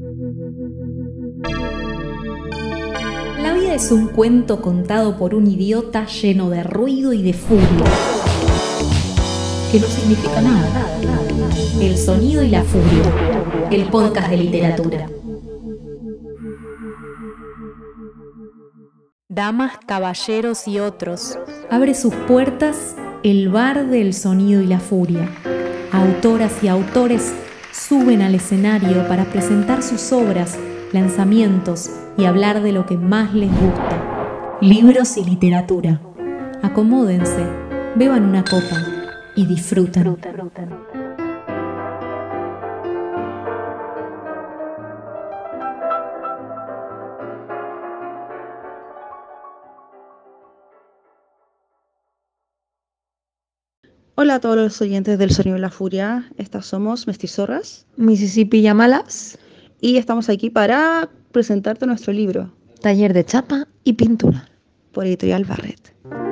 La vida es un cuento contado por un idiota lleno de ruido y de furia, que no significa nada. El sonido y la furia, el podcast de literatura. Damas, caballeros y otros, abre sus puertas el bar del sonido y la furia. Autoras y autores suben al escenario para presentar sus obras, lanzamientos y hablar de lo que más les gusta. Libros y literatura. Acomódense, beban una copa y disfruten. Hola a todos los oyentes del Sonido y la Furia. Estas somos Mestizorras Mississippi Yamalas, y estamos aquí para presentarte nuestro libro taller de chapa y pintura. por Editorial Barret.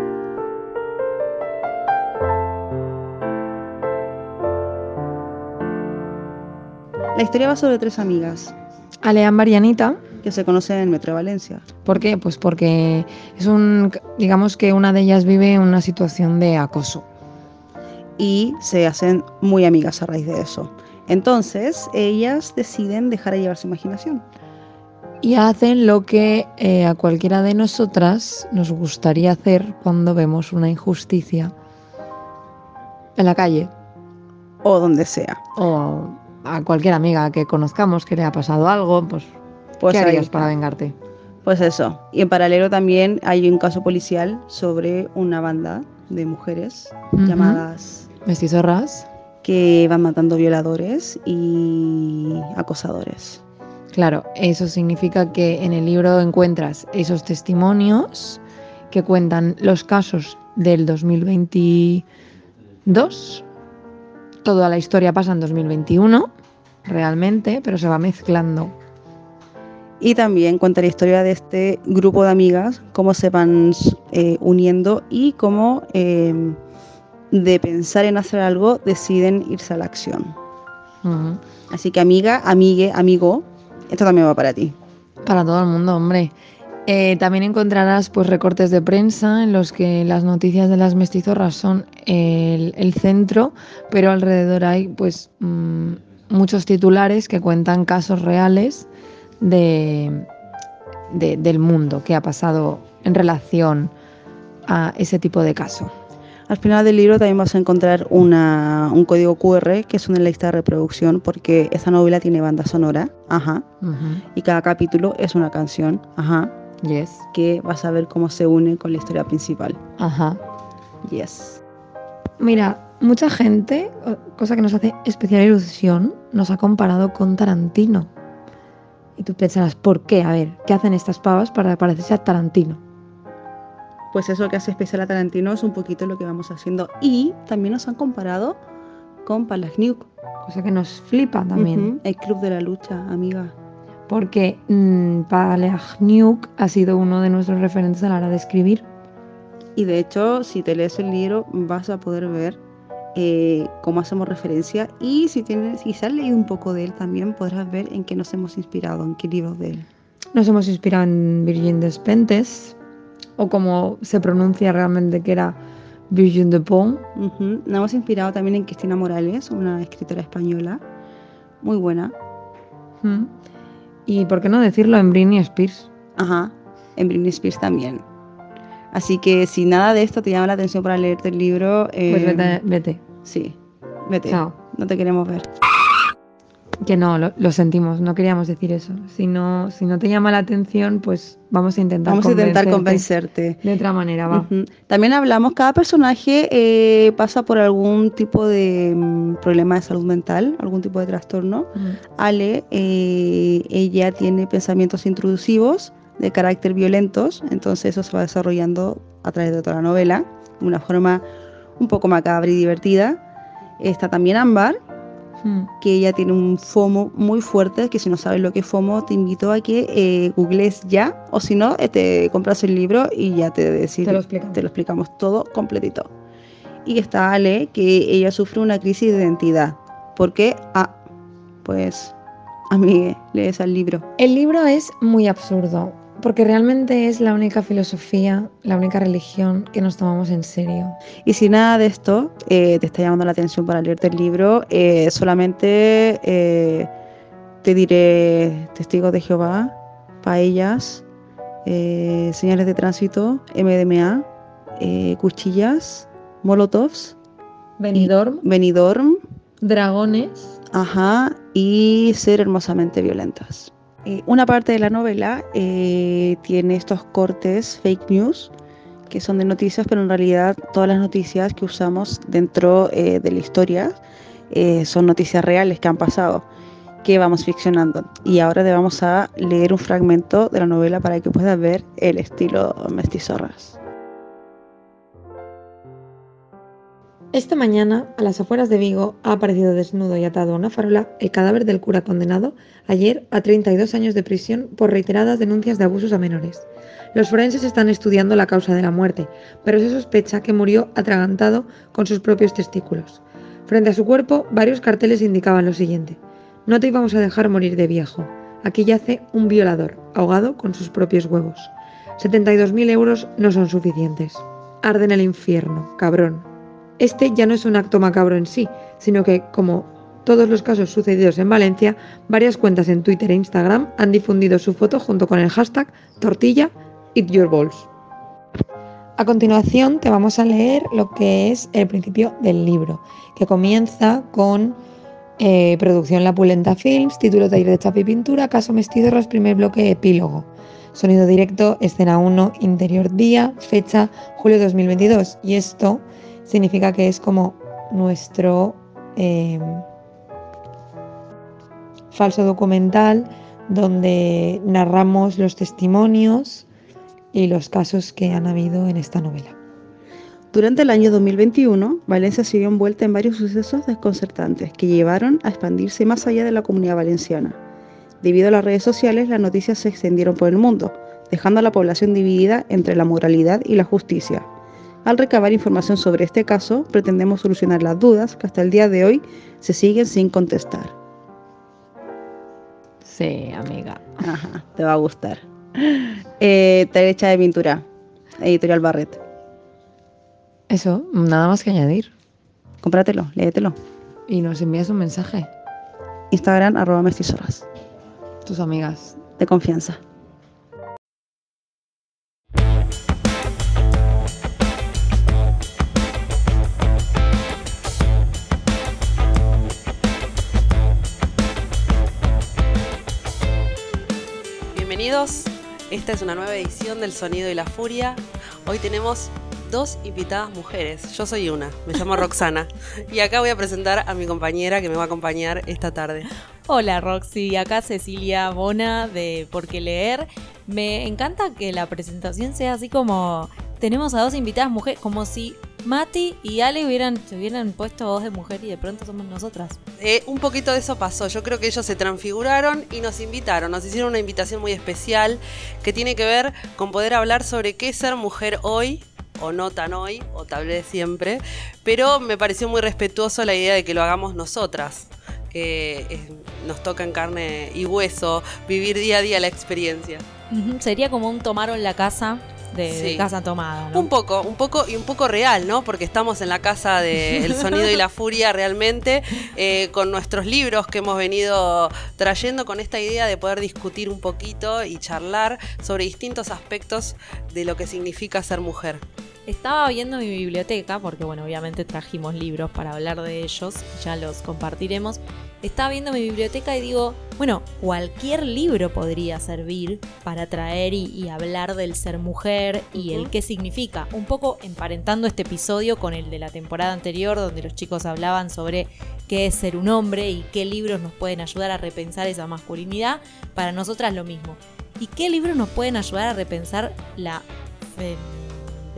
La historia va sobre 3 amigas Alea Marianita. que se conocen en el Metro de Valencia. ¿Por qué? Pues porque digamos que una de ellas vive una situación de acoso. Y se hacen muy amigas a raíz de eso. Entonces, ellas deciden dejar de llevar su imaginación. Y hacen lo que a cualquiera de nosotras nos gustaría hacer cuando vemos una injusticia en la calle. O donde sea. O a cualquier amiga que conozcamos que le ha pasado algo, pues ¿qué ahí harías está. para vengarte? Pues eso. Y en paralelo también hay un caso policial sobre una banda de mujeres llamadas Mestizorras. que van matando violadores y acosadores. Claro, eso significa que en el libro encuentras esos testimonios que cuentan los casos del 2022. Toda la historia pasa en 2021, realmente, pero se va mezclando. Y también cuenta la historia de este grupo de amigas, cómo se van uniendo y cómo de pensar en hacer algo deciden irse a la acción. Uh-huh. Así que amiga, amigue, amigo, esto también va para ti. Para todo el mundo, hombre. También encontrarás pues recortes de prensa en los que las noticias de las mestizorras son el centro, pero alrededor hay pues muchos titulares que cuentan casos reales del mundo que ha pasado en relación a ese tipo de caso. Al final del libro también vas a encontrar un código QR que es una lista de reproducción porque esta novela tiene banda sonora, y cada capítulo es una canción, Yes. que vas a ver cómo se une con la historia principal. Yes. Mira, mucha gente, cosa que nos hace especial ilusión, nos ha comparado con Tarantino. Y tú pensarás, ¿por qué? A ver, ¿qué hacen estas pavas para parecerse a Tarantino? Pues eso que hace especial a Tarantino es un poquito lo que vamos haciendo. Y también nos han comparado con Palahniuk. Cosa que nos flipa también. El Club de la Lucha, amiga. Porque Palahniuk ha sido uno de nuestros referentes a la hora de escribir. Y de hecho, si te lees el libro, vas a poder ver cómo hacemos referencia. Y si has leído un poco de él también, podrás ver en qué nos hemos inspirado, en qué libros de él. Nos hemos inspirado en Virgin Despentes, o como se pronuncia realmente, que era Virgin de Pont. Nos hemos inspirado también en Cristina Morales, una escritora española muy buena. Y por qué no decirlo en Britney Spears. En Britney Spears también. Así que si nada de esto te llama la atención para leerte el libro, pues vete. Sí, vete. Chao. No te queremos ver. Que no, lo sentimos, no queríamos decir eso. Si no te llama la atención, pues vamos a intentar convencerte. De otra manera, va. También hablamos, cada personaje pasa por algún tipo de problema de salud mental, algún tipo de trastorno. Ale, ella tiene pensamientos intrusivos de carácter violentos, entonces eso se va desarrollando a través de toda la novela, de una forma un poco macabra y divertida. Está también Ámbar, que ella tiene un FOMO muy fuerte, que si no sabes lo que es FOMO, te invito a que googlees ya, o si no, te compras el libro y ya te lo explicamos todo completito. Y está Ale, que ella sufre una crisis de identidad. ¿Por qué? Pues amigue, lees el libro? El libro es muy absurdo, porque realmente es la única filosofía, la única religión que nos tomamos en serio. Y si nada de esto te está llamando la atención para leerte el libro, solamente te diré Testigos de Jehová, Paellas, Señales de Tránsito, MDMA, Cuchillas, Molotovs, Benidorm, Dragones. ajá, y Ser hermosamente violentas. Una parte de la novela tiene estos cortes fake news, que son de noticias, pero en realidad todas las noticias que usamos dentro de la historia son noticias reales que han pasado, que vamos ficcionando. Y ahora te vamos a leer un fragmento de la novela para que puedas ver el estilo Mestizorras. Esta mañana, a las afueras de Vigo, ha aparecido desnudo y atado a una farola el cadáver del cura condenado ayer a 32 años de prisión por reiteradas denuncias de abusos a menores. Los forenses están estudiando la causa de la muerte, pero se sospecha que murió atragantado con sus propios testículos. Frente a su cuerpo, varios carteles indicaban lo siguiente: no te íbamos a dejar morir de viejo. Aquí yace un violador, ahogado con sus propios huevos. 72.000 euros no son suficientes. Arde en el infierno, cabrón. Este ya no es un acto macabro en sí, sino que, como todos los casos sucedidos en Valencia, varias cuentas en Twitter e Instagram han difundido su foto junto con el hashtag tortilla eat your balls. A continuación te vamos a leer lo que es el principio del libro, que comienza con producción La Pulenta Films, título taller de chapa y pintura, caso Mestizorras, primer bloque, epílogo. Sonido directo, escena 1, interior día, fecha julio 2022. Y esto significa que es como nuestro falso documental donde narramos los testimonios y los casos que han habido en esta novela. Durante el año 2021, Valencia se vio envuelta en varios sucesos desconcertantes que llevaron a expandirse más allá de la comunidad valenciana. Debido a las redes sociales, las noticias se extendieron por el mundo, dejando a la población dividida entre la moralidad y la justicia. Al recabar información sobre este caso, pretendemos solucionar las dudas que hasta el día de hoy se siguen sin contestar. Sí, amiga. Ajá, te va a gustar. Derecha de pintura, editorial Barret. Eso, nada más que añadir. Cómpratelo, léetelo. Y nos envías un mensaje. Instagram @mestizorras. Tus amigas. De confianza. Bienvenidos, esta es una nueva edición del Sonido y la Furia. Hoy tenemos dos invitadas mujeres, yo soy una, me llamo Roxana y acá voy a presentar a mi compañera que me va a acompañar esta tarde. Hola Roxy, acá Cecilia Bona de Por qué leer. Me encanta que la presentación sea así como tenemos a dos invitadas mujeres, como si Mati y Ale se hubieran puesto voz de mujer y de pronto somos nosotras. Un poquito de eso pasó, yo creo que ellos se transfiguraron y nos invitaron, nos hicieron una invitación muy especial que tiene que ver con poder hablar sobre qué es ser mujer hoy, o no tan hoy, o tal vez siempre, pero me pareció muy respetuoso la idea de que lo hagamos nosotras. Nos toca en carne y hueso vivir día a día la experiencia. Sería como un tomaron la casa de casa tomada, ¿no? Un poco real, ¿no? Porque estamos en la casa de El Sonido y la Furia realmente, con nuestros libros que hemos venido trayendo, con esta idea de poder discutir un poquito y charlar sobre distintos aspectos de lo que significa ser mujer. Estaba viendo mi biblioteca, porque bueno, obviamente trajimos libros para hablar de ellos, ya los compartiremos. Estaba viendo mi biblioteca y digo, bueno, cualquier libro podría servir para traer y hablar del ser mujer y el qué significa. Un poco emparentando este episodio con el de la temporada anterior, donde los chicos hablaban sobre qué es ser un hombre y qué libros nos pueden ayudar a repensar esa masculinidad. Para nosotras lo mismo. ¿Y qué libros nos pueden ayudar a repensar la feminidad?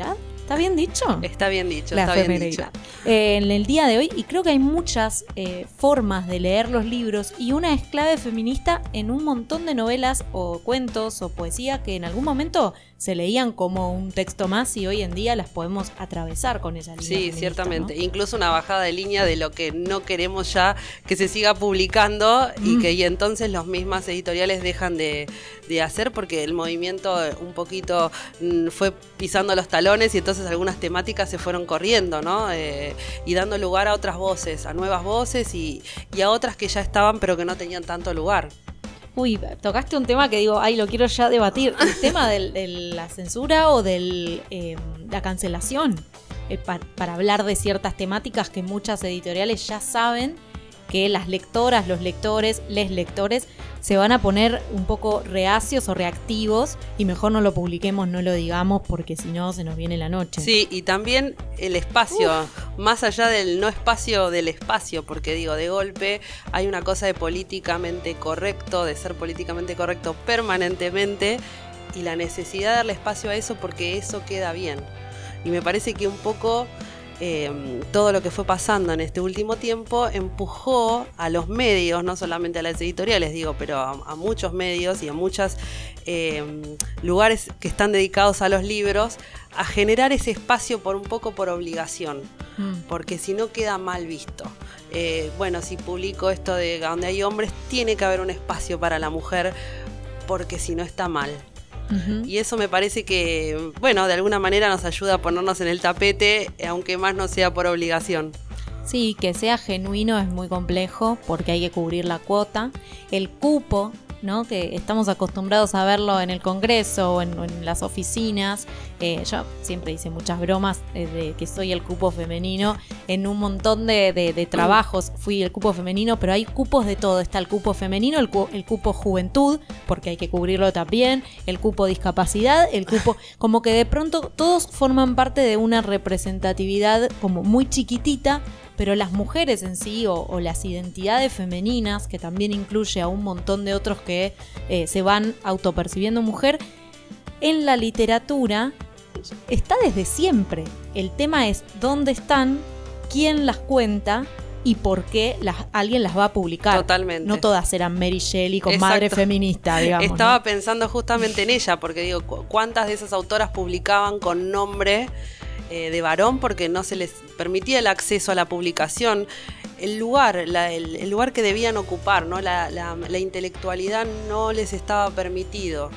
¿Está bien dicho? Está bien dicho, La está bien efemeridad. dicho. En el día de hoy, y creo que hay muchas formas de leer los libros, y una es clave feminista en un montón de novelas o cuentos o poesía que en algún momento se leían como un texto más y hoy en día las podemos atravesar con esa línea. Sí, feminista, ciertamente. ¿no? Incluso una bajada de línea de lo que no queremos ya que se siga publicando y entonces los mismas editoriales dejan de hacer porque el movimiento un poquito fue pisando los talones y entonces algunas temáticas se fueron corriendo, ¿no? Y dando lugar a otras voces, a nuevas voces y a otras que ya estaban pero que no tenían tanto lugar. Uy, tocaste un tema que digo, lo quiero ya debatir. El tema de la censura o de la cancelación. Para hablar de ciertas temáticas que muchas editoriales ya saben que las lectoras, los lectores, les lectores se van a poner un poco reacios o reactivos y mejor no lo publiquemos, no lo digamos porque si no se nos viene la noche. Sí, y también el espacio, más allá del no espacio del espacio, porque digo, de golpe hay una cosa de políticamente correcto, de ser políticamente correcto permanentemente y la necesidad de darle espacio a eso porque eso queda bien. Y me parece que un poco todo lo que fue pasando en este último tiempo empujó a los medios, no solamente a las editoriales, digo, pero a muchos medios y a muchos lugares que están dedicados a los libros, a generar ese espacio por un poco por obligación, porque si no queda mal visto. Bueno, si publico esto de donde hay hombres, tiene que haber un espacio para la mujer, porque si no está mal. Y eso me parece que, bueno, de alguna manera nos ayuda a ponernos en el tapete, aunque más no sea por obligación. Sí, que sea genuino es muy complejo porque hay que cubrir la cuota. El cupo, ¿no? Que estamos acostumbrados a verlo en el Congreso o en las oficinas. Yo siempre hice muchas bromas de que soy el cupo femenino. En un montón de trabajos fui el cupo femenino, pero hay cupos de todo. Está el cupo femenino, el cupo juventud, porque hay que cubrirlo también, el cupo discapacidad, el cupo... Como que de pronto todos forman parte de una representatividad como muy chiquitita, pero las mujeres en sí o las identidades femeninas, que también incluye a un montón de otros que se van autopercibiendo mujer, en la literatura está desde siempre. El tema es dónde están, quién las cuenta y por qué alguien las va a publicar. Totalmente. No todas eran Mary Shelley con Exacto. madre feminista, digamos. Estaba ¿no? pensando justamente en ella, porque digo, ¿cuántas de esas autoras publicaban con nombre de varón porque no se les permitía el acceso a la publicación? El lugar que debían ocupar, ¿no? La intelectualidad no les estaba permitido.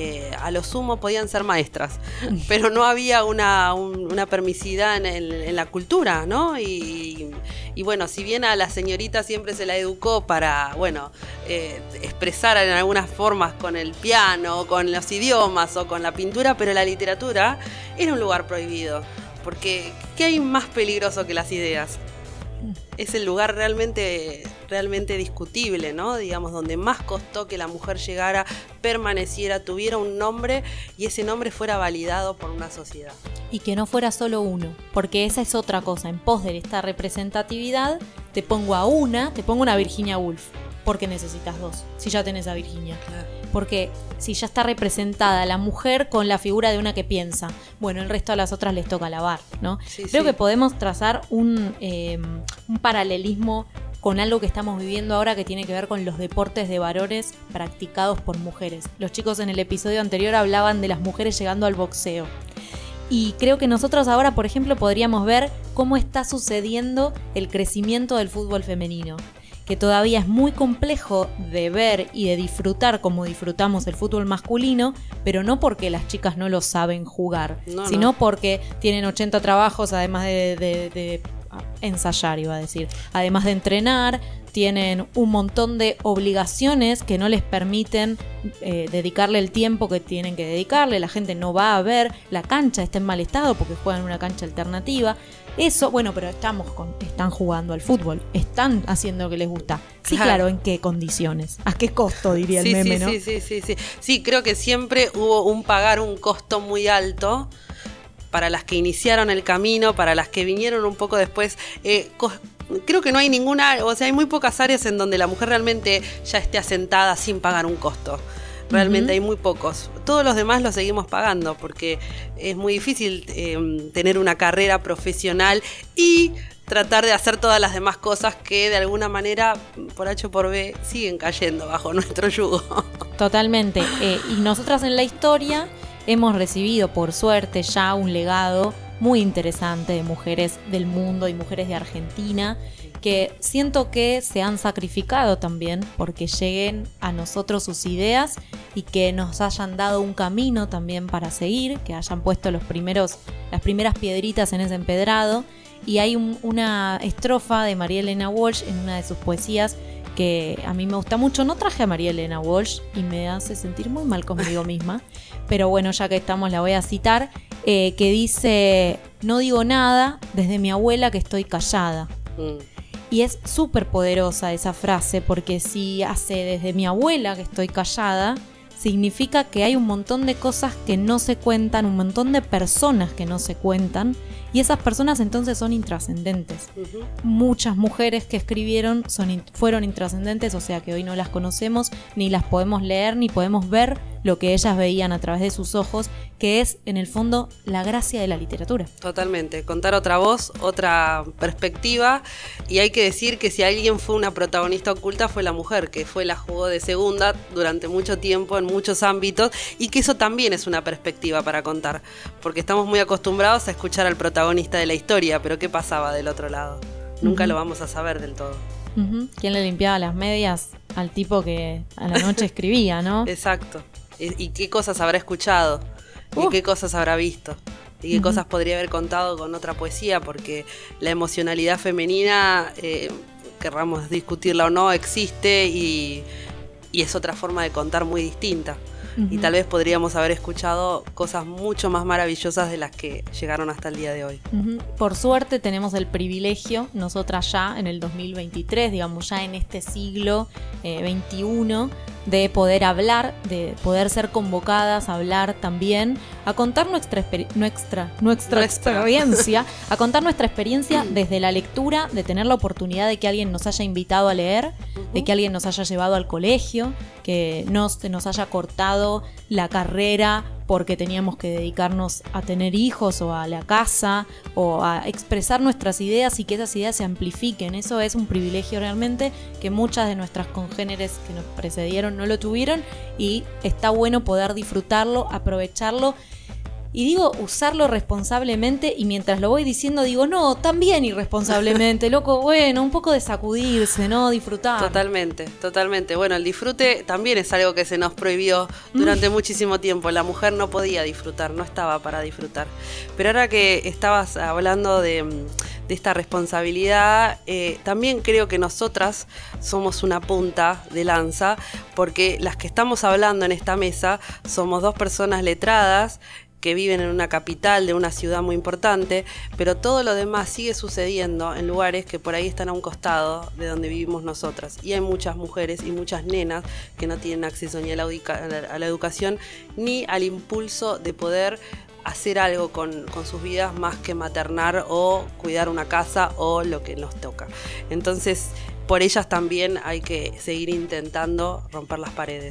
A lo sumo podían ser maestras, pero no había una permisividad en la cultura, ¿no? Y bueno, si bien a la señorita siempre se la educó para, bueno, expresar en algunas formas con el piano, con los idiomas o con la pintura, pero la literatura era un lugar prohibido, porque ¿qué hay más peligroso que las ideas? Es el lugar realmente discutible, ¿no? Digamos, donde más costó que la mujer llegara, permaneciera, tuviera un nombre y ese nombre fuera validado por una sociedad. Y que no fuera solo uno, porque esa es otra cosa. En pos de esta representatividad, te pongo una Virginia Woolf, porque necesitas dos, si ya tenés a Virginia. Claro. Porque si ya está representada la mujer con la figura de una que piensa, bueno, el resto a las otras les toca lavar, ¿no? Sí, Creo sí. que podemos trazar un paralelismo con algo que estamos viviendo ahora que tiene que ver con los deportes de varones practicados por mujeres. Los chicos en el episodio anterior hablaban de las mujeres llegando al boxeo. Y creo que nosotros ahora, por ejemplo, podríamos ver cómo está sucediendo el crecimiento del fútbol femenino, que todavía es muy complejo de ver y de disfrutar como disfrutamos el fútbol masculino, pero no porque las chicas no lo saben jugar, sino porque tienen 80 trabajos, además de ensayar, iba a decir, además de entrenar, tienen un montón de obligaciones que no les permiten dedicarle el tiempo que tienen que dedicarle, la gente no va a ver, la cancha está en mal estado porque juegan en una cancha alternativa. Eso, bueno, pero están jugando al fútbol, están haciendo lo que les gusta. Sí, claro, ¿en qué condiciones? ¿A qué costo, diría el meme, no? Sí. Sí, creo que siempre hubo un costo muy alto para las que iniciaron el camino, para las que vinieron un poco después. Creo que no hay ninguna, o sea, hay muy pocas áreas en donde la mujer realmente ya esté asentada sin pagar un costo. Realmente hay muy pocos. Todos los demás los seguimos pagando porque es muy difícil tener una carrera profesional y tratar de hacer todas las demás cosas que de alguna manera, por H o por B, siguen cayendo bajo nuestro yugo. Totalmente. Y nosotras en la historia hemos recibido, por suerte, ya un legado muy interesante de mujeres del mundo y mujeres de Argentina, que siento que se han sacrificado también porque lleguen a nosotros sus ideas y que nos hayan dado un camino también para seguir, que hayan puesto las primeras piedritas en ese empedrado. Y hay una estrofa de María Elena Walsh en una de sus poesías que a mí me gusta mucho. No traje a María Elena Walsh y me hace sentir muy mal conmigo misma, pero bueno, ya que estamos la voy a citar, que dice: no digo nada desde mi abuela que estoy callada. Y es súper poderosa esa frase, porque si hace desde mi abuela que estoy callada, significa que hay un montón de cosas que no se cuentan, un montón de personas que no se cuentan, y esas personas entonces son intrascendentes. Muchas mujeres que escribieron fueron intrascendentes, o sea que hoy no las conocemos, ni las podemos leer, ni podemos ver lo que ellas veían a través de sus ojos, que es en el fondo la gracia de la literatura. Totalmente, contar otra voz, otra perspectiva, y hay que decir que si alguien fue una protagonista oculta fue la mujer, que la jugó de segunda durante mucho tiempo en muchos ámbitos, y que eso también es una perspectiva para contar, porque estamos muy acostumbrados a escuchar al protagonista de la historia, pero ¿qué pasaba del otro lado? Nunca lo vamos a saber del todo. ¿Quién le limpiaba las medias al tipo que a la noche escribía, no? Exacto. ¿Y qué cosas habrá escuchado? ¿Y qué cosas habrá visto? ¿Y qué cosas podría haber contado con otra poesía? Porque la emocionalidad femenina, querramos discutirla o no, existe y es otra forma de contar muy distinta. Y tal vez podríamos haber escuchado cosas mucho más maravillosas de las que llegaron hasta el día de hoy. Por suerte tenemos el privilegio, nosotras ya en el 2023, digamos ya en este siglo XXI, de poder hablar, de poder ser convocadas a hablar también, a contar nuestra experiencia, a contar nuestra experiencia desde la lectura, de tener la oportunidad de que alguien nos haya invitado a leer, de que alguien nos haya llevado al colegio, que no se nos haya cortado la carrera porque teníamos que dedicarnos a tener hijos o a la casa o a expresar nuestras ideas y que esas ideas se amplifiquen. Eso es un privilegio realmente que muchas de nuestras congéneres que nos precedieron no lo tuvieron, y está bueno poder disfrutarlo, aprovecharlo. Y digo, usarlo responsablemente, y mientras lo voy diciendo digo, no, también irresponsablemente, loco, bueno, un poco de sacudirse, ¿no? Disfrutar. Totalmente, totalmente. Bueno, el disfrute también es algo que se nos prohibió durante muchísimo tiempo. La mujer no podía disfrutar, no estaba para disfrutar. Pero ahora que estabas hablando de esta responsabilidad, también creo que nosotras somos una punta de lanza, porque las que estamos hablando en esta mesa somos dos personas letradas, que viven en una capital de una ciudad muy importante, pero todo lo demás sigue sucediendo en lugares que por ahí están a un costado de donde vivimos nosotras. Y hay muchas mujeres y muchas nenas que no tienen acceso ni a la educación ni al impulso de poder hacer algo con sus vidas más que maternar o cuidar una casa o lo que nos toca. Entonces, por ellas también hay que seguir intentando romper las paredes.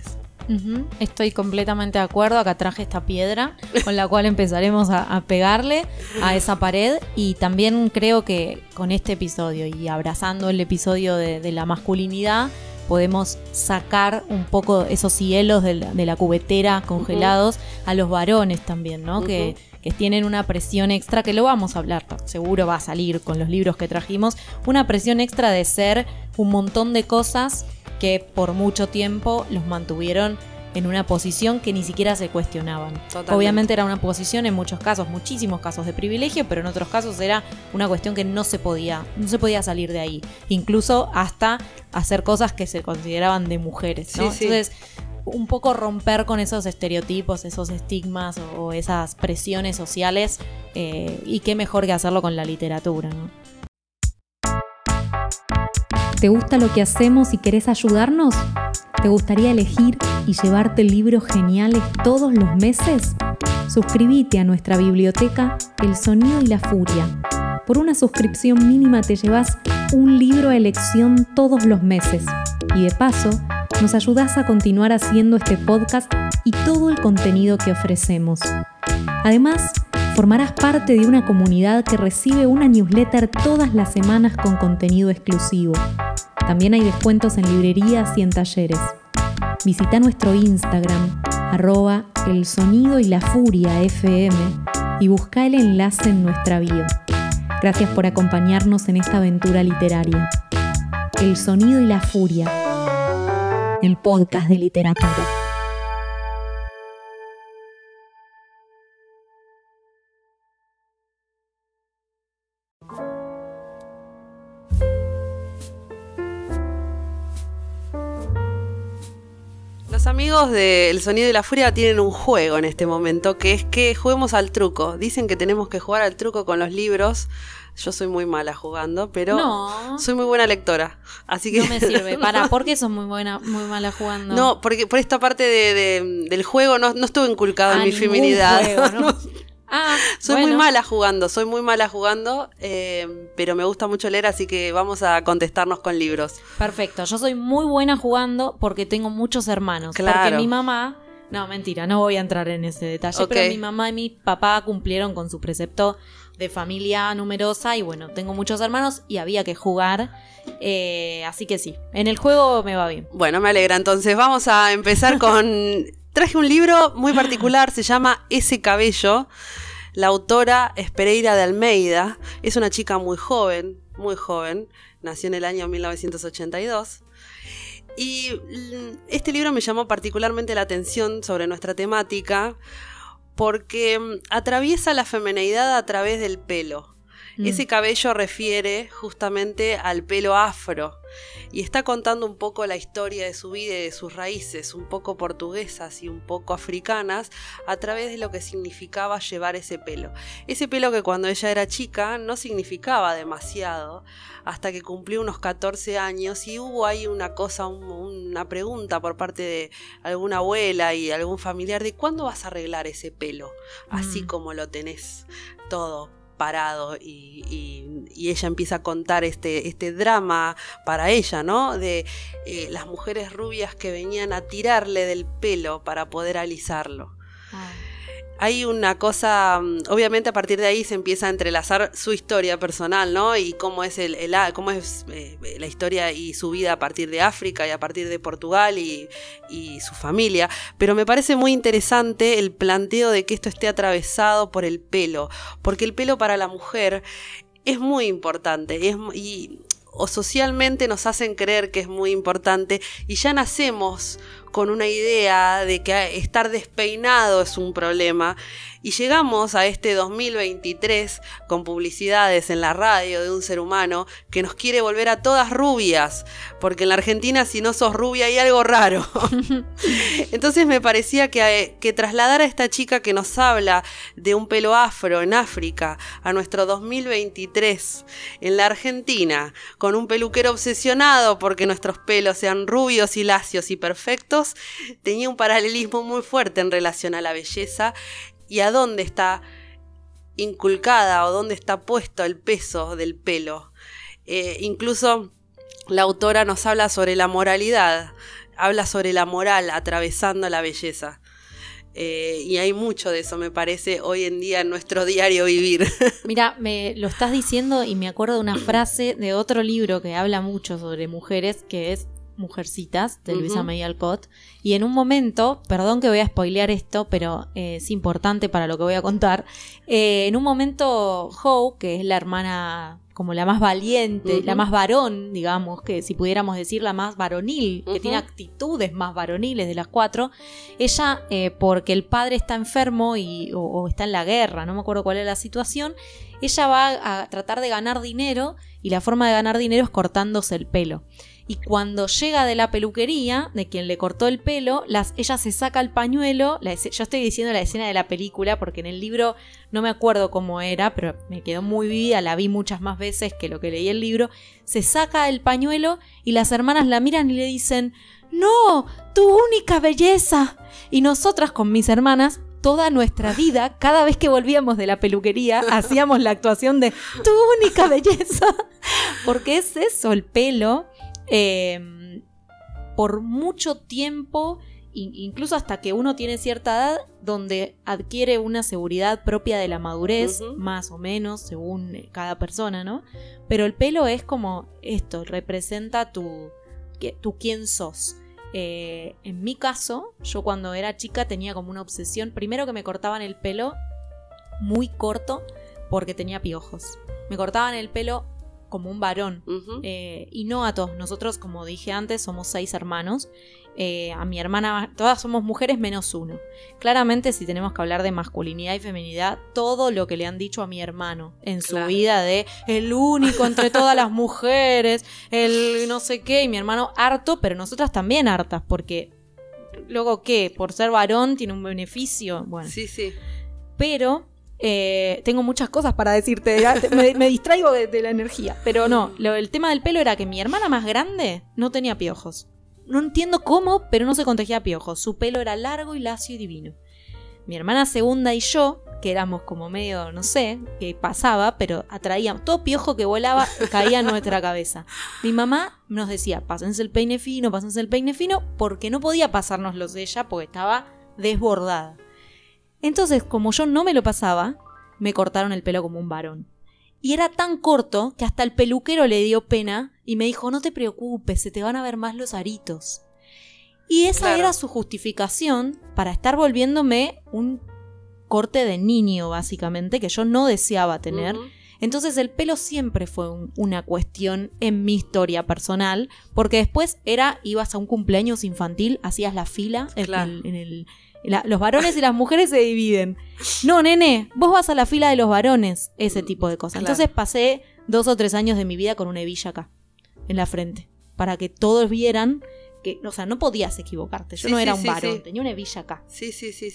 Estoy completamente de acuerdo. Acá traje esta piedra con la cual empezaremos a pegarle a esa pared, y también creo que con este episodio y abrazando el episodio de la masculinidad podemos sacar un poco esos hielos de la cubetera congelados a los varones también, ¿no? Que tienen una presión extra, que lo vamos a hablar, seguro va a salir con los libros que trajimos, una presión extra de ser un montón de cosas que por mucho tiempo los mantuvieron en una posición que ni siquiera se cuestionaban. Totalmente. Obviamente era una posición en muchos casos, muchísimos casos de privilegio, pero en otros casos era una cuestión que no se podía salir de ahí, incluso hasta hacer cosas que se consideraban de mujeres, ¿no? Sí, entonces, un poco romper con esos estereotipos, esos estigmas o esas presiones sociales, y qué mejor que hacerlo con la literatura, ¿no? ¿Te gusta lo que hacemos y querés ayudarnos? ¿Te gustaría elegir y llevarte libros geniales todos los meses? Suscríbete a nuestra biblioteca El Sonido y la Furia. Por una suscripción mínima te llevas un libro a elección todos los meses. Y de paso, nos ayudás a continuar haciendo este podcast y todo el contenido que ofrecemos. Además, formarás parte de una comunidad que recibe una newsletter todas las semanas con contenido exclusivo. También hay descuentos en librerías y en talleres. Visita nuestro Instagram, @elsonidoylafuria_fm, y busca el enlace en nuestra bio. Gracias por acompañarnos en esta aventura literaria. El Sonido y la Furia, el podcast de literatura. Los amigos de El Sonido y la Furia tienen un juego en este momento, que es que juguemos al truco. Dicen que tenemos que jugar al truco con los libros. Yo soy muy mala jugando, pero soy muy buena lectora. Así que no me sirve. ¿Por qué sos muy mala jugando? No, porque por esta parte del juego no estuve inculcado en mi feminidad. Juego, ¿no? Soy muy mala jugando, pero me gusta mucho leer, así que vamos a contestarnos con libros. Perfecto, yo soy muy buena jugando porque tengo muchos hermanos. Claro. Porque mi mamá, no, mentira, no voy a entrar en ese detalle, Okay. pero mi mamá y mi papá cumplieron con su precepto de familia numerosa y bueno, tengo muchos hermanos y había que jugar, así que sí, en el juego me va bien. Bueno, me alegra, entonces vamos a empezar con... Traje un libro muy particular, se llama Ese cabello. La autora es Pereira de Almeida, es una chica muy joven, nació en el año 1982. Y este libro me llamó particularmente la atención sobre nuestra temática porque atraviesa la femineidad a través del pelo. Ese cabello refiere justamente al pelo afro y está contando un poco la historia de su vida y de sus raíces, un poco portuguesas y un poco africanas, a través de lo que significaba llevar ese pelo. Ese pelo que cuando ella era chica no significaba demasiado, hasta que cumplió unos 14 años y hubo ahí una pregunta por parte de alguna abuela y algún familiar de ¿cuándo vas a arreglar ese pelo? Así como lo tenés todo parado y ella empieza a contar este drama para ella, ¿no? De las mujeres rubias que venían a tirarle del pelo para poder alisarlo. Hay una cosa, obviamente a partir de ahí se empieza a entrelazar su historia personal, ¿no? Y cómo es la historia y su vida a partir de África y a partir de Portugal y su familia. Pero me parece muy interesante el planteo de que esto esté atravesado por el pelo, porque el pelo para la mujer es muy importante o socialmente nos hacen creer que es muy importante y ya nacemos con una idea de que estar despeinado es un problema y llegamos a este 2023 con publicidades en la radio de un ser humano que nos quiere volver a todas rubias, porque en la Argentina si no sos rubia hay algo raro. Entonces me parecía que trasladar a esta chica que nos habla de un pelo afro en África a nuestro 2023 en la Argentina, con un peluquero obsesionado porque nuestros pelos sean rubios y lacios y perfectos, tenía un paralelismo muy fuerte en relación a la belleza y a dónde está inculcada o dónde está puesto el peso del pelo. Incluso la autora nos habla sobre la moralidad, habla sobre la moral atravesando la belleza. Y hay mucho de eso, me parece, hoy en día en nuestro diario vivir. Mira, me lo estás diciendo y me acuerdo de una frase de otro libro que habla mucho sobre mujeres, que es Mujercitas, de Luisa May Alcott. Y en un momento, perdón que voy a spoilear esto, pero es importante para lo que voy a contar. En un momento, Howe, que es la hermana como la más valiente, la más varón, digamos, que si pudiéramos decir la más varonil, que tiene actitudes más varoniles de las cuatro, ella, porque el padre está enfermo o está en la guerra, no me acuerdo cuál es la situación, ella va a tratar de ganar dinero y la forma de ganar dinero es cortándose el pelo. Y cuando llega de la peluquería, de quien le cortó el pelo, ella se saca el pañuelo. Yo estoy diciendo la escena de la película porque en el libro no me acuerdo cómo era, pero me quedó muy vivida, la vi muchas más veces que lo que leí el libro. Se saca el pañuelo y las hermanas la miran y le dicen: ¡No! ¡Tu única belleza! Y nosotras con mis hermanas, toda nuestra vida, cada vez que volvíamos de la peluquería, hacíamos la actuación de ¡tu única belleza! Porque es eso, el pelo. por mucho tiempo, incluso hasta que uno tiene cierta edad, donde adquiere una seguridad propia de la madurez, más o menos, según cada persona, ¿no? Pero el pelo es como esto, representa tu quién sos. En mi caso, yo cuando era chica tenía como una obsesión, primero que me cortaban el pelo muy corto porque tenía piojos. Me cortaban el pelo como un varón, y no a todos. Nosotros, como dije antes, somos 6 hermanos. A mi hermana, todas somos mujeres menos uno. Claramente, si tenemos que hablar de masculinidad y feminidad, todo lo que le han dicho a mi hermano en su vida de el único entre todas las mujeres, el no sé qué, y mi hermano harto, pero nosotras también hartas, porque luego, ¿qué? Por ser varón tiene un beneficio. Bueno, sí. Pero tengo muchas cosas para decirte, me distraigo de la energía. Pero no, el tema del pelo era que mi hermana más grande no tenía piojos. No entiendo cómo, pero no se contagiaba piojos. Su pelo era largo y lacio y divino. Mi hermana segunda y yo, que éramos como medio, no sé, que pasaba, pero atraíamos. Todo piojo que volaba caía en nuestra cabeza. Mi mamá nos decía, pásense el peine fino, porque no podía pasárnoslos de ella porque estaba desbordada. Entonces, como yo no me lo pasaba, me cortaron el pelo como un varón. Y era tan corto que hasta el peluquero le dio pena y me dijo, no te preocupes, se te van a ver más los aritos. Y esa era su justificación para estar volviéndome un corte de niño, básicamente, que yo no deseaba tener. Entonces el pelo siempre fue una cuestión en mi historia personal, porque después ibas a un cumpleaños infantil, hacías la fila los varones y las mujeres se dividen. No, nene, vos vas a la fila de los varones. Ese tipo de cosas. Entonces pasé 2 o 3 años de mi vida con una hebilla acá, en la frente, para que todos vieran que, o sea, no podías equivocarte. Yo no era un varón, tenía una hebilla acá. Sí.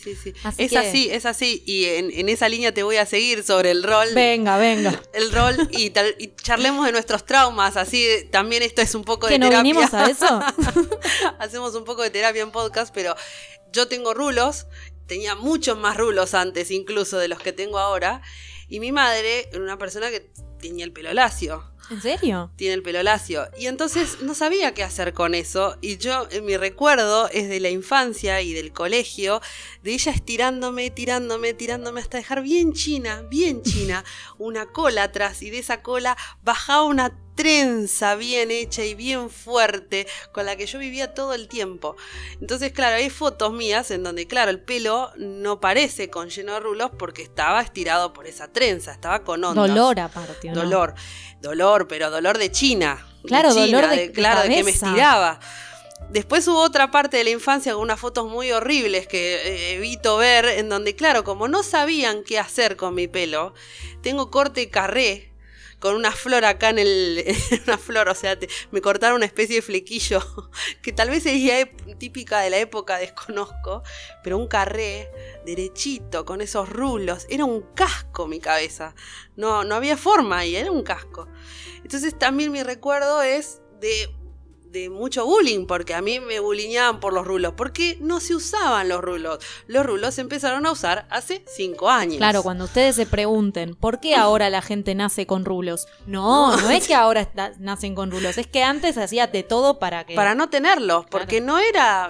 Es así. Y en esa línea te voy a seguir sobre el rol. Venga. El rol y charlemos de nuestros traumas. Así también esto es un poco de terapia. ¿Que no vinimos a eso? Hacemos un poco de terapia en podcast, pero yo tengo rulos. Tenía muchos más rulos antes incluso de los que tengo ahora. Y mi madre era una persona que tenía el pelo lacio. ¿En serio? Tiene el pelo lacio. Y entonces no sabía qué hacer con eso. Y yo, mi recuerdo es de la infancia y del colegio, de ella estirándome hasta dejar bien china, una cola atrás. Y de esa cola bajaba una trenza bien hecha y bien fuerte con la que yo vivía todo el tiempo. Entonces, claro, hay fotos mías en donde, claro, el pelo no parece con lleno de rulos porque estaba estirado por esa trenza, estaba con ondas. Dolor aparte, ¿no? Dolor, pero dolor de China. Claro, de China, dolor de claro, de que me estiraba. Después hubo otra parte de la infancia con unas fotos muy horribles que evito ver, en donde, claro, como no sabían qué hacer con mi pelo, tengo corte carré, con una flor acá una flor, o sea, me cortaron una especie de flequillo que tal vez es típica de la época, desconozco, pero un carré derechito, con esos rulos, era un casco mi cabeza, no había forma ahí, era un casco. Entonces también mi recuerdo es de mucho bullying, porque a mí me bulliñaban por los rulos, porque no se usaban los rulos. Los rulos se empezaron a usar hace 5 años. Claro, cuando ustedes se pregunten, ¿por qué ahora la gente nace con rulos? No es que ahora nacen con rulos, es que antes se hacía de todo para no tenerlos, porque no era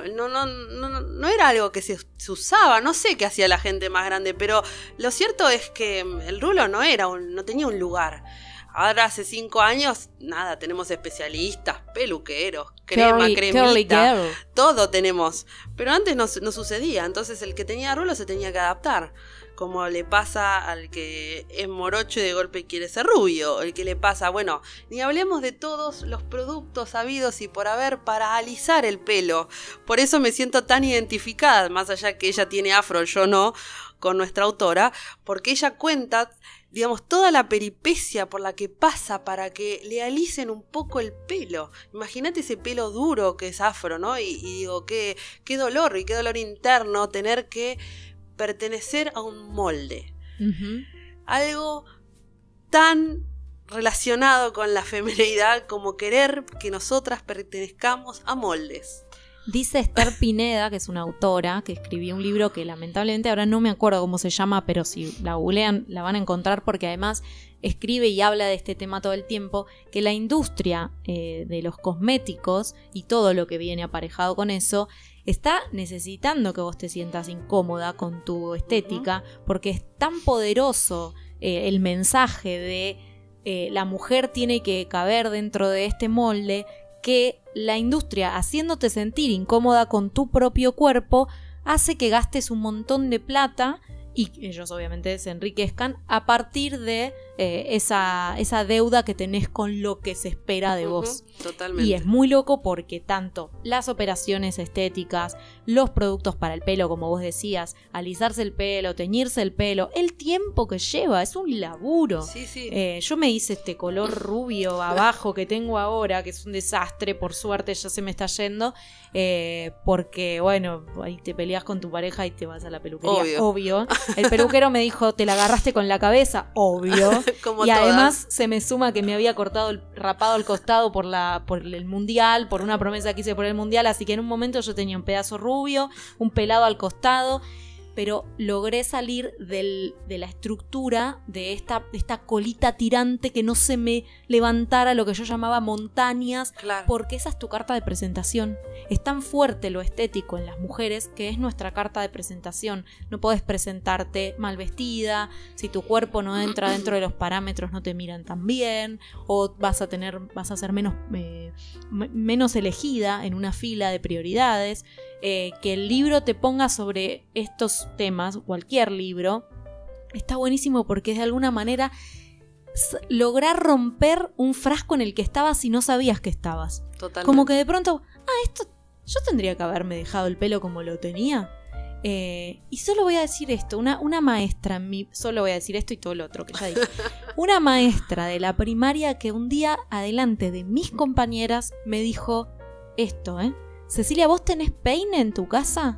algo que se usaba, no sé qué hacía la gente más grande, pero lo cierto es que el rulo no tenía un lugar. Ahora hace 5 años, nada, tenemos especialistas, peluqueros, cremita, todo tenemos. Pero antes no sucedía, entonces el que tenía rulo se tenía que adaptar. Como le pasa al que es morocho y de golpe quiere ser rubio. El que le pasa, bueno, ni hablemos de todos los productos habidos y por haber para alisar el pelo. Por eso me siento tan identificada, más allá que ella tiene afro, yo no, con nuestra autora, porque ella cuenta, digamos, toda la peripecia por la que pasa para que le alicen un poco el pelo. Imagínate ese pelo duro que es afro, ¿no? Y digo, qué dolor y qué dolor interno tener que pertenecer a un molde. Algo tan relacionado con la feminidad como querer que nosotras pertenezcamos a moldes. Dice Esther Pineda, que es una autora, que escribió un libro que lamentablemente ahora no me acuerdo cómo se llama, pero si la googlean la van a encontrar, porque además escribe y habla de este tema todo el tiempo, que la industria de los cosméticos y todo lo que viene aparejado con eso está necesitando que vos te sientas incómoda con tu estética, porque es tan poderoso el mensaje de la mujer tiene que caber dentro de este molde, que la industria, haciéndote sentir incómoda con tu propio cuerpo, hace que gastes un montón de plata y ellos obviamente se enriquezcan a partir de esa deuda que tenés con lo que se espera de vos. Totalmente. Y es muy loco porque tanto las operaciones estéticas, los productos para el pelo, como vos decías, alisarse el pelo, teñirse el pelo, el tiempo que lleva, es un laburo. Sí, sí. Yo me hice este color rubio abajo que tengo ahora, que es un desastre, por suerte ya se me está yendo, porque bueno, ahí te peleas con tu pareja y te vas a la peluquería, obvio. El peluquero me dijo, ¿te la agarraste con la cabeza? Obvio. Como y todas. además se me suma que me había rapado el costado por el mundial, por una promesa que hice por el mundial, así que en un momento yo tenía un pedazo rubio, un pelado al costado, pero logré salir de la estructura de esta colita tirante que no se me levantara lo que yo llamaba montañas, Claro. porque esa es tu carta de presentación. Es tan fuerte lo estético en las mujeres que es nuestra carta de presentación. No podés presentarte mal vestida, si tu cuerpo no entra dentro de los parámetros no te miran tan bien, o vas a ser menos elegida en una fila de prioridades. Que el libro te ponga sobre estos temas, cualquier libro, está buenísimo porque es de alguna manera lograr romper un frasco en el que estabas y no sabías que estabas. Totalmente. Como que de pronto, esto, yo tendría que haberme dejado el pelo como lo tenía. Y solo voy a decir esto, una maestra, solo voy a decir esto y todo lo otro que ya dije. Una maestra de la primaria que un día, adelante de mis compañeras, me dijo esto, Cecilia, ¿vos tenés peine en tu casa?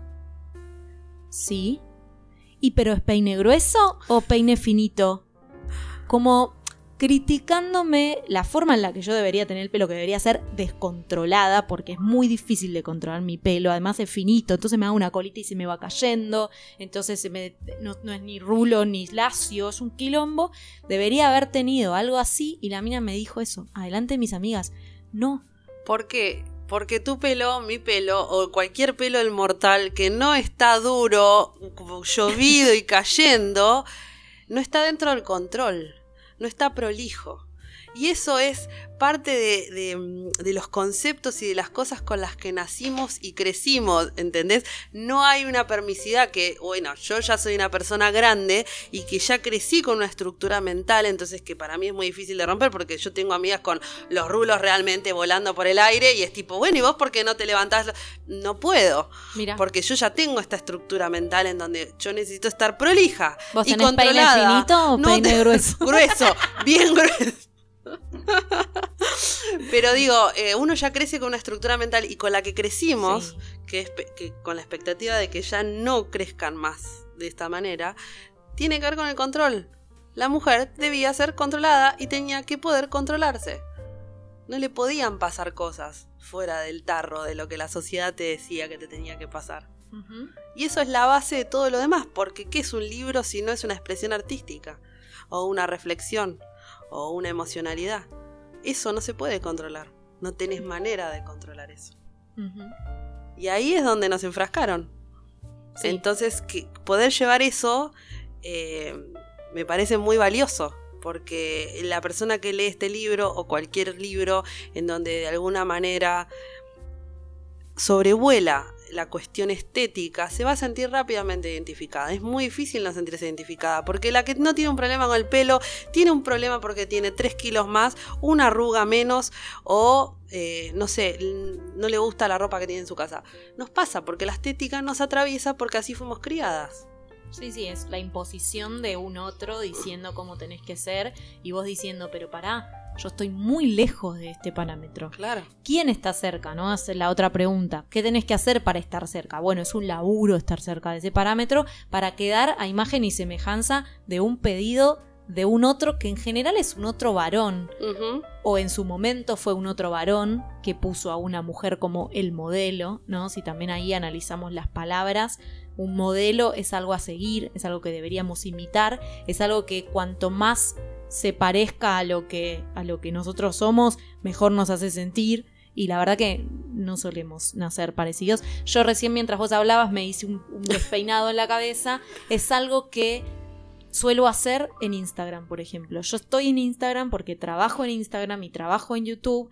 Sí. ¿Y pero es peine grueso o peine finito? Como criticándome la forma en la que yo debería tener el pelo, que debería ser descontrolada, porque es muy difícil de controlar mi pelo, además es finito, entonces me hago una colita y se me va cayendo, entonces no es ni rulo ni lacio, es un quilombo. Debería haber tenido algo así y la mina me dijo eso, adelante mis amigas, no. ¿Por qué? Porque tu pelo, mi pelo o cualquier pelo del mortal que no está duro, llovido y cayendo, no está dentro del control, no está prolijo. Y eso es parte de los conceptos y de las cosas con las que nacimos y crecimos, ¿entendés? No hay una permisidad que, bueno, yo ya soy una persona grande y que ya crecí con una estructura mental, entonces que para mí es muy difícil de romper porque yo tengo amigas con los rulos realmente volando por el aire y es tipo, bueno, ¿y vos por qué no te levantás? No puedo, Mira. Porque yo ya tengo esta estructura mental en donde yo necesito estar prolija ¿Vos y tenés controlada. peine finito o peine grueso? Grueso, bien grueso. Pero digo, uno ya crece con una estructura mental y con la que crecimos, Sí. que con la expectativa de que ya no crezcan más de esta manera, tiene que ver con el control. La mujer debía ser controlada y tenía que poder controlarse. No le podían pasar cosas fuera del tarro de lo que la sociedad te decía que te tenía que pasar. Uh-huh. Y eso es la base de todo lo demás, porque ¿qué es un libro si no es una expresión artística? O una reflexión, o una emocionalidad. Eso no se puede controlar. No tenés manera de controlar eso. Uh-huh. Y ahí es donde nos enfrascaron. Sí. Entonces, poder llevar eso me parece muy valioso. Porque la persona que lee este libro, o cualquier libro, en donde de alguna manera sobrevuela la cuestión estética, se va a sentir rápidamente identificada. Es muy difícil no sentirse identificada, porque la que no tiene un problema con el pelo, tiene un problema porque tiene 3 kilos más, una arruga menos, o no sé, no le gusta la ropa que tiene en su casa. Nos pasa porque la estética nos atraviesa porque así fuimos criadas. Sí, es la imposición de un otro diciendo cómo tenés que ser y vos diciendo, pero pará, yo estoy muy lejos de este parámetro. Claro. ¿Quién está cerca? ¿No? Hace la otra pregunta. ¿Qué tenés que hacer para estar cerca? Bueno, es un laburo estar cerca de ese parámetro para quedar a imagen y semejanza de un pedido de un otro que en general es un otro varón. Uh-huh. O en su momento fue un otro varón que puso a una mujer como el modelo, ¿no? Si también ahí analizamos las palabras, un modelo es algo a seguir, es algo que deberíamos imitar, es algo que cuanto más se parezca a lo que nosotros somos, mejor nos hace sentir. Y la verdad que no solemos nacer parecidos. Yo recién, mientras vos hablabas, me hice un despeinado en la cabeza. Es algo que suelo hacer en Instagram, por ejemplo. Yo estoy en Instagram porque trabajo en Instagram y trabajo en YouTube.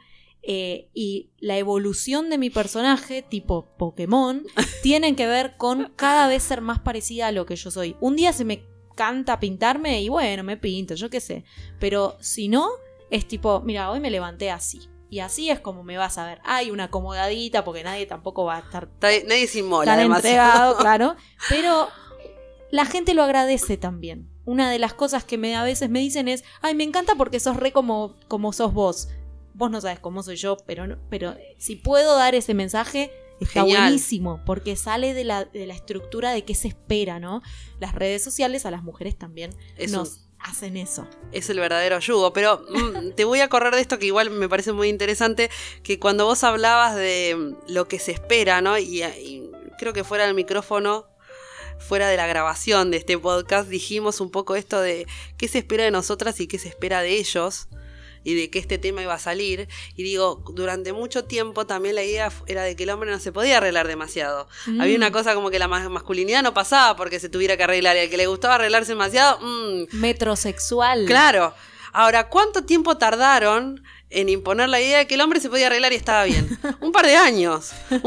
Y la evolución de mi personaje, tipo Pokémon, tienen que ver con cada vez ser más parecida a lo que yo soy. Un día se me canta pintarme y bueno, me pinto, yo qué sé. Pero si no, es tipo, mira, hoy me levanté así. Y así es como me vas a ver. Hay una acomodadita porque nadie tampoco va a estar nadie se inmola, tan además. entregado, claro. Pero la gente lo agradece también. Una de las cosas que a veces me dicen es, ay, me encanta porque sos re como sos vos. Vos no sabes cómo soy yo, pero si puedo dar ese mensaje, está Genial. buenísimo, porque sale de la estructura de qué se espera, ¿no? Las redes sociales a las mujeres también nos hacen eso. Es el verdadero yugo, pero te voy a correr de esto que igual me parece muy interesante, que cuando vos hablabas de lo que se espera, ¿no? Y creo que fuera del micrófono, fuera de la grabación de este podcast, dijimos un poco esto de qué se espera de nosotras y qué se espera de ellos, y de que este tema iba a salir. Y digo, durante mucho tiempo también la idea era de que el hombre no se podía arreglar demasiado. Había una cosa como que la masculinidad no pasaba porque se tuviera que arreglar, y al que le gustaba arreglarse demasiado, metrosexual. Claro. Ahora, ¿cuánto tiempo tardaron en imponer la idea de que el hombre se podía arreglar y estaba bien? Un par de años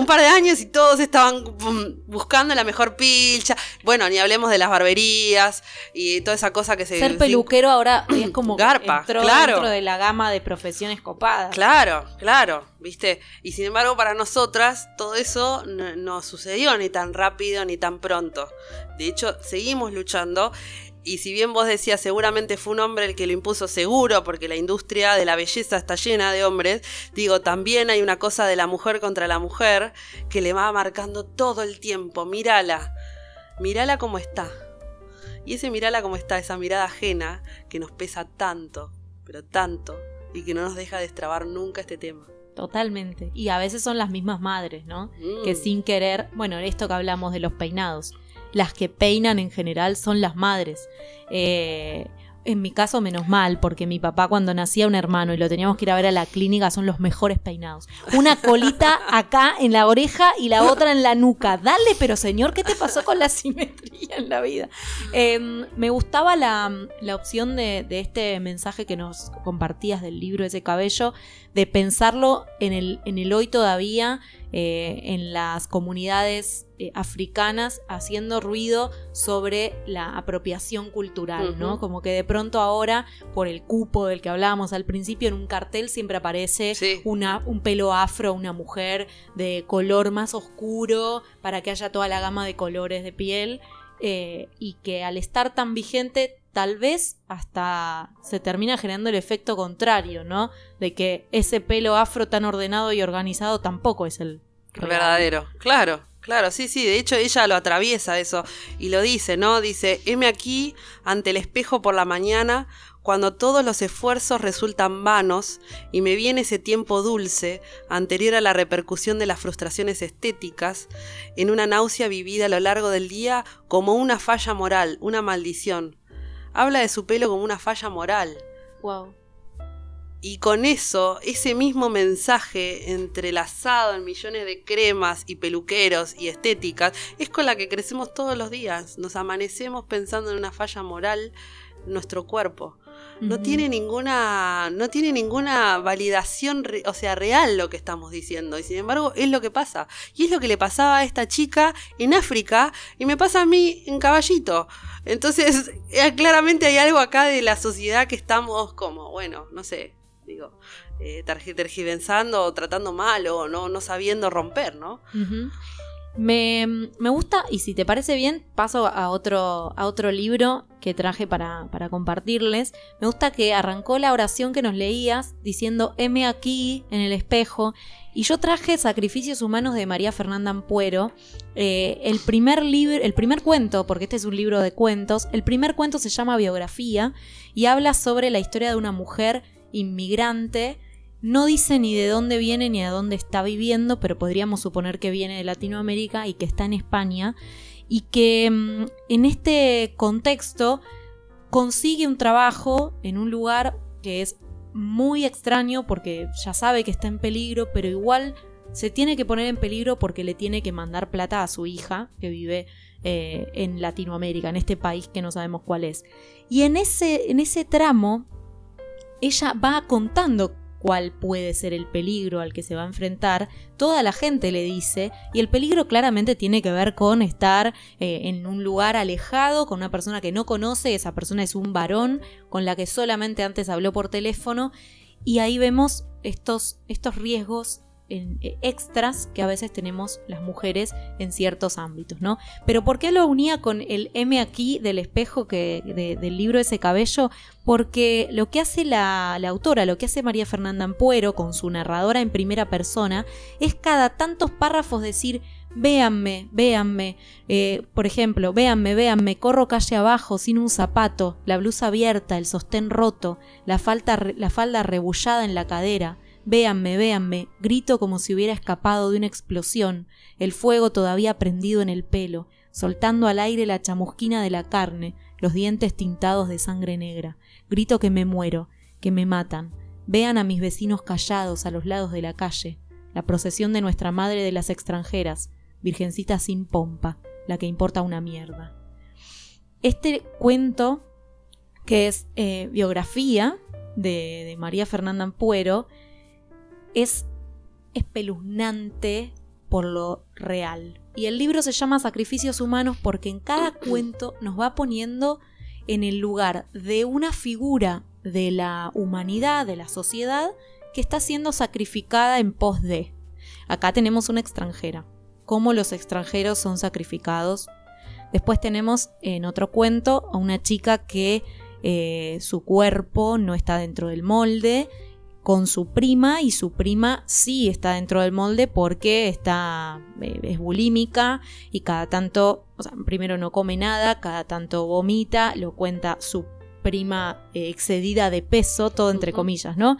y todos estaban buscando la mejor pilcha. Bueno, ni hablemos de las barberías y toda esa cosa que se... Ser peluquero ahora es como garpa, entró claro. dentro de la gama de profesiones copadas. Claro, ¿viste? Y sin embargo, para nosotras todo eso no sucedió ni tan rápido ni tan pronto. De hecho, seguimos luchando. Y si bien vos decías, seguramente fue un hombre el que lo impuso, seguro, porque la industria de la belleza está llena de hombres, digo, también hay una cosa de la mujer contra la mujer que le va marcando todo el tiempo. Mírala cómo está. Y ese mírala cómo está, esa mirada ajena que nos pesa tanto, pero tanto, y que no nos deja destrabar nunca este tema. Totalmente. Y a veces son las mismas madres, ¿no? Que sin querer, bueno, esto que hablamos de los peinados, las que peinan en general son las madres. En mi caso, menos mal, porque mi papá cuando nacía un hermano y lo teníamos que ir a ver a la clínica, son los mejores peinados. Una colita acá en la oreja y la otra en la nuca. Dale, pero señor, ¿qué te pasó con la simetría en la vida? Me gustaba la opción de este mensaje que nos compartías del libro Ese cabello, de pensarlo en el hoy todavía, en las comunidades africanas, haciendo ruido sobre la apropiación cultural, ¿no? Como que de pronto ahora, por el cupo del que hablábamos al principio, en un cartel siempre aparece un pelo afro, una mujer de color más oscuro, para que haya toda la gama de colores de piel, y que al estar tan vigente, tal vez hasta se termina generando el efecto contrario, ¿no? De que ese pelo afro tan ordenado y organizado tampoco es el verdadero. Claro, sí, de hecho ella lo atraviesa eso y lo dice, ¿no? Dice, heme aquí ante el espejo por la mañana, cuando todos los esfuerzos resultan vanos y me viene ese tiempo dulce, anterior a la repercusión de las frustraciones estéticas, en una náusea vivida a lo largo del día como una falla moral, una maldición. Habla de su pelo como una falla moral. Wow. Y con eso, ese mismo mensaje entrelazado en millones de cremas y peluqueros y estéticas, es con la que crecemos todos los días. Nos amanecemos pensando en una falla moral nuestro cuerpo. No tiene ninguna validación, real lo que estamos diciendo. Y sin embargo, es lo que pasa. Y es lo que le pasaba a esta chica en África y me pasa a mí en Caballito. Entonces, claramente hay algo acá de la sociedad que estamos como, bueno, no sé, digo, tergiversando o tratando mal o no sabiendo romper, ¿no? Me gusta, y si te parece bien, paso a otro libro que traje para compartirles. Me gusta que arrancó la oración que nos leías diciendo, heme aquí en el espejo. Y yo traje Sacrificios Humanos de María Fernanda Ampuero. El primer cuento, porque este es un libro de cuentos, el primer cuento se llama Biografía y habla sobre la historia de una mujer inmigrante. No dice ni de dónde viene ni a dónde está viviendo, pero podríamos suponer que viene de Latinoamérica y que está en España, y que en este contexto consigue un trabajo en un lugar que es muy extraño porque ya sabe que está en peligro, pero igual se tiene que poner en peligro porque le tiene que mandar plata a su hija que vive en Latinoamérica, en este país que no sabemos cuál es. Y en ese tramo ella va contando cuál puede ser el peligro al que se va a enfrentar. Toda la gente le dice, y el peligro claramente tiene que ver con estar en un lugar alejado, con una persona que no conoce, esa persona es un varón con la que solamente antes habló por teléfono, y ahí vemos estos riesgos extras que a veces tenemos las mujeres en ciertos ámbitos, ¿no? Pero ¿por qué lo unía con el M aquí del espejo del libro Ese cabello? Porque lo que hace la autora, lo que hace María Fernanda Ampuero con su narradora en primera persona, es cada tantos párrafos decir: véanme, véanme, por ejemplo, véanme, corro calle abajo sin un zapato, la blusa abierta, el sostén roto, la falda arrebullada en la cadera. Véanme, grito como si hubiera escapado de una explosión, el fuego todavía prendido en el pelo, soltando al aire la chamusquina de la carne, los dientes tintados de sangre negra. Grito que me muero, que me matan. Vean a mis vecinos callados a los lados de la calle, la procesión de nuestra madre de las extranjeras, virgencita sin pompa, la que importa una mierda. Este cuento, que es biografía de María Fernanda Ampuero, es espeluznante por lo real. Y el libro se llama Sacrificios Humanos porque en cada cuento nos va poniendo en el lugar de una figura de la humanidad, de la sociedad, que está siendo sacrificada en pos de. Acá tenemos una extranjera, cómo los extranjeros son sacrificados. Después tenemos en otro cuento a una chica que su cuerpo no está dentro del molde, con su prima, y su prima sí está dentro del molde porque es bulímica y cada tanto, o sea, primero no come nada, cada tanto vomita, lo cuenta su prima excedida de peso, todo entre comillas, ¿no?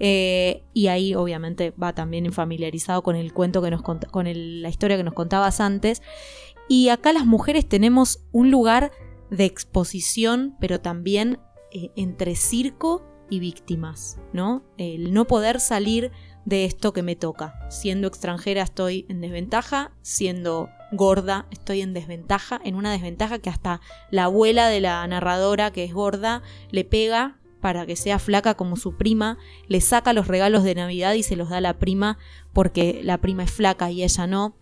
Y ahí obviamente va también familiarizado con el cuento que la historia que nos contabas antes. Y acá las mujeres tenemos un lugar de exposición, pero también entre circo y víctimas, ¿no? El no poder salir de esto que me toca. Siendo extranjera estoy en desventaja, siendo gorda estoy en desventaja, en una desventaja que hasta la abuela de la narradora, que es gorda, le pega para que sea flaca como su prima, le saca los regalos de Navidad y se los da a la prima porque la prima es flaca y ella no.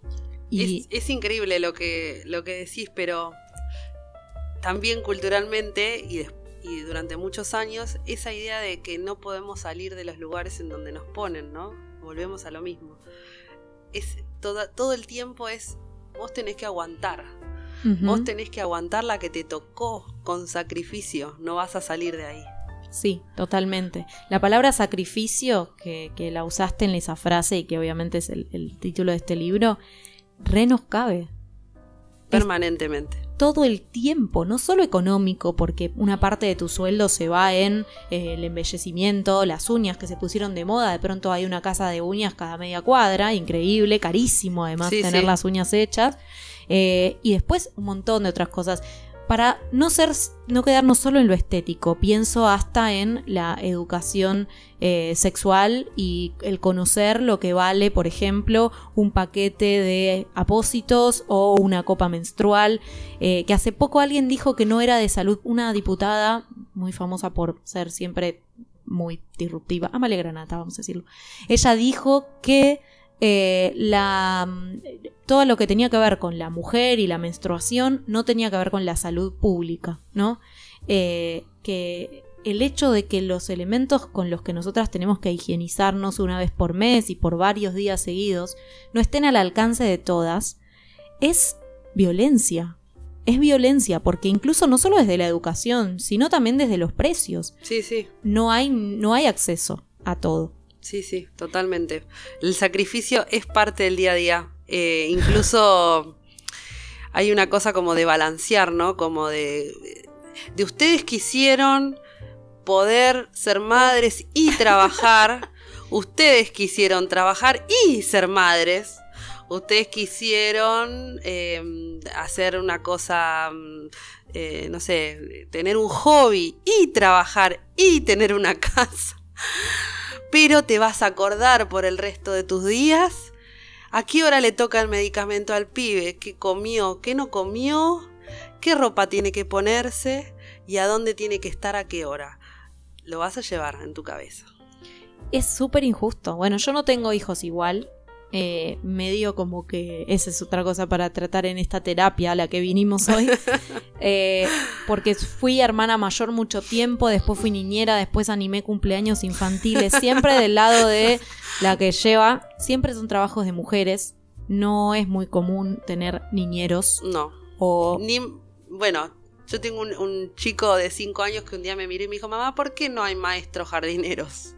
Y es increíble lo que decís, pero también culturalmente y durante muchos años, esa idea de que no podemos salir de los lugares en donde nos ponen, ¿no? Volvemos a lo mismo. Todo el tiempo vos tenés que aguantar. Uh-huh. Vos tenés que aguantar la que te tocó con sacrificio, no vas a salir de ahí. Sí, totalmente. La palabra sacrificio, que la usaste en esa frase y que obviamente es el título de este libro, re nos cabe. Permanentemente. Todo el tiempo, no solo económico, porque una parte de tu sueldo se va en el embellecimiento, las uñas que se pusieron de moda, de pronto hay una casa de uñas cada media cuadra, increíble, carísimo además tener las uñas hechas, y después un montón de otras cosas. Para no quedarnos solo en lo estético, pienso hasta en la educación sexual y el conocer lo que vale, por ejemplo, un paquete de apósitos o una copa menstrual, que hace poco alguien dijo que no era de salud, una diputada muy famosa por ser siempre muy disruptiva, Amalia Granata, vamos a decirlo. Ella dijo que todo lo que tenía que ver con la mujer y la menstruación no tenía que ver con la salud pública, ¿no? Que el hecho de que los elementos con los que nosotras tenemos que higienizarnos una vez por mes y por varios días seguidos no estén al alcance de todas es violencia. Es violencia porque incluso no solo desde la educación, sino también desde los precios. Sí, sí. No hay acceso a todo. Sí, sí, totalmente. El sacrificio es parte del día a día. Incluso hay una cosa como de balancear, ¿no? Como de ustedes quisieron poder ser madres y trabajar. Ustedes quisieron trabajar y ser madres. ustedes quisieron hacer una cosa, no sé, tener un hobby y trabajar y tener una casa, pero te vas a acordar por el resto de tus días a qué hora le toca el medicamento al pibe, qué comió, qué no comió, qué ropa tiene que ponerse y a dónde tiene que estar a qué hora. Lo vas a llevar en tu cabeza. Es súper injusto. Bueno, yo no tengo hijos igual. Medio como que esa es otra cosa para tratar en esta terapia a la que vinimos hoy. Porque fui hermana mayor mucho tiempo, después fui niñera, después animé cumpleaños infantiles, siempre del lado de la que lleva. Siempre son trabajos de mujeres. No es muy común tener niñeros. No. Bueno, yo tengo un chico de 5 años que un día me miró y me dijo, mamá, ¿por qué no hay maestros jardineros?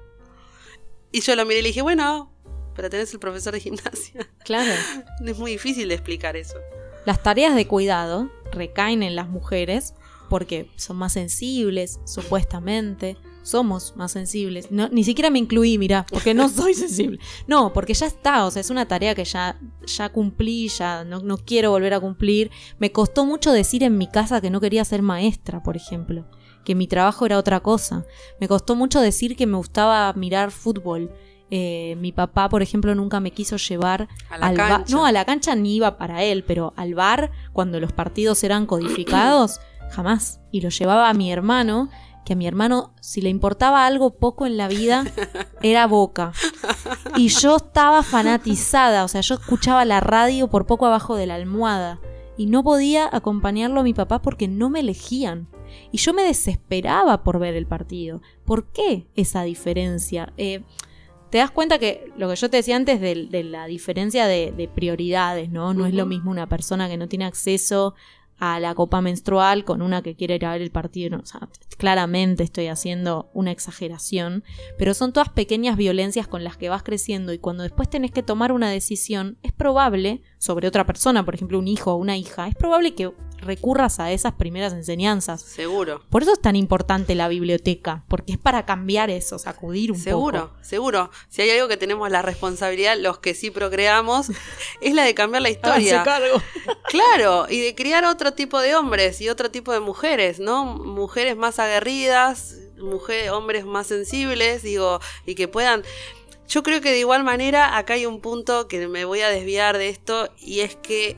Y yo lo miré y le dije, bueno, pero tenés el profesor de gimnasia. Claro. Es muy difícil de explicar eso. Las tareas de cuidado recaen en las mujeres porque son más sensibles, supuestamente. Somos más sensibles. No, ni siquiera me incluí, mirá, porque no soy sensible. No, porque ya está, o sea, es una tarea que ya cumplí, ya no quiero volver a cumplir. Me costó mucho decir en mi casa que no quería ser maestra, por ejemplo. Que mi trabajo era otra cosa. Me costó mucho decir que me gustaba mirar fútbol. Mi papá, por ejemplo, nunca me quiso llevar al bar. No, a la cancha ni iba para él, pero al bar, cuando los partidos eran codificados, jamás. Y lo llevaba a mi hermano, que a mi hermano, si le importaba algo poco en la vida, era Boca. Y yo estaba fanatizada, o sea, yo escuchaba la radio por poco abajo de la almohada. Y no podía acompañarlo a mi papá porque no me elegían. Y yo me desesperaba por ver el partido. ¿Por qué esa diferencia? Te das cuenta que lo que yo te decía antes de la diferencia de prioridades, ¿no? No es lo mismo una persona que no tiene acceso a la copa menstrual con una que quiere ir a ver el partido. No, o sea, claramente estoy haciendo una exageración, pero son todas pequeñas violencias con las que vas creciendo y cuando después tenés que tomar una decisión, es probable, sobre otra persona, por ejemplo un hijo o una hija, es probable que recurras a esas primeras enseñanzas. Seguro. Por eso es tan importante la biblioteca, porque es para cambiar eso, sacudir un poco. Seguro. Si hay algo que tenemos la responsabilidad, los que sí procreamos, es la de cambiar la historia. Hace cargo. Claro, y de criar otro tipo de hombres y otro tipo de mujeres, ¿no? Mujeres más aguerridas, hombres más sensibles, digo, y que puedan... Yo creo que de igual manera acá hay un punto que me voy a desviar de esto y es que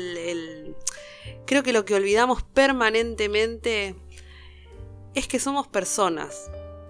creo que lo que olvidamos permanentemente es que somos personas.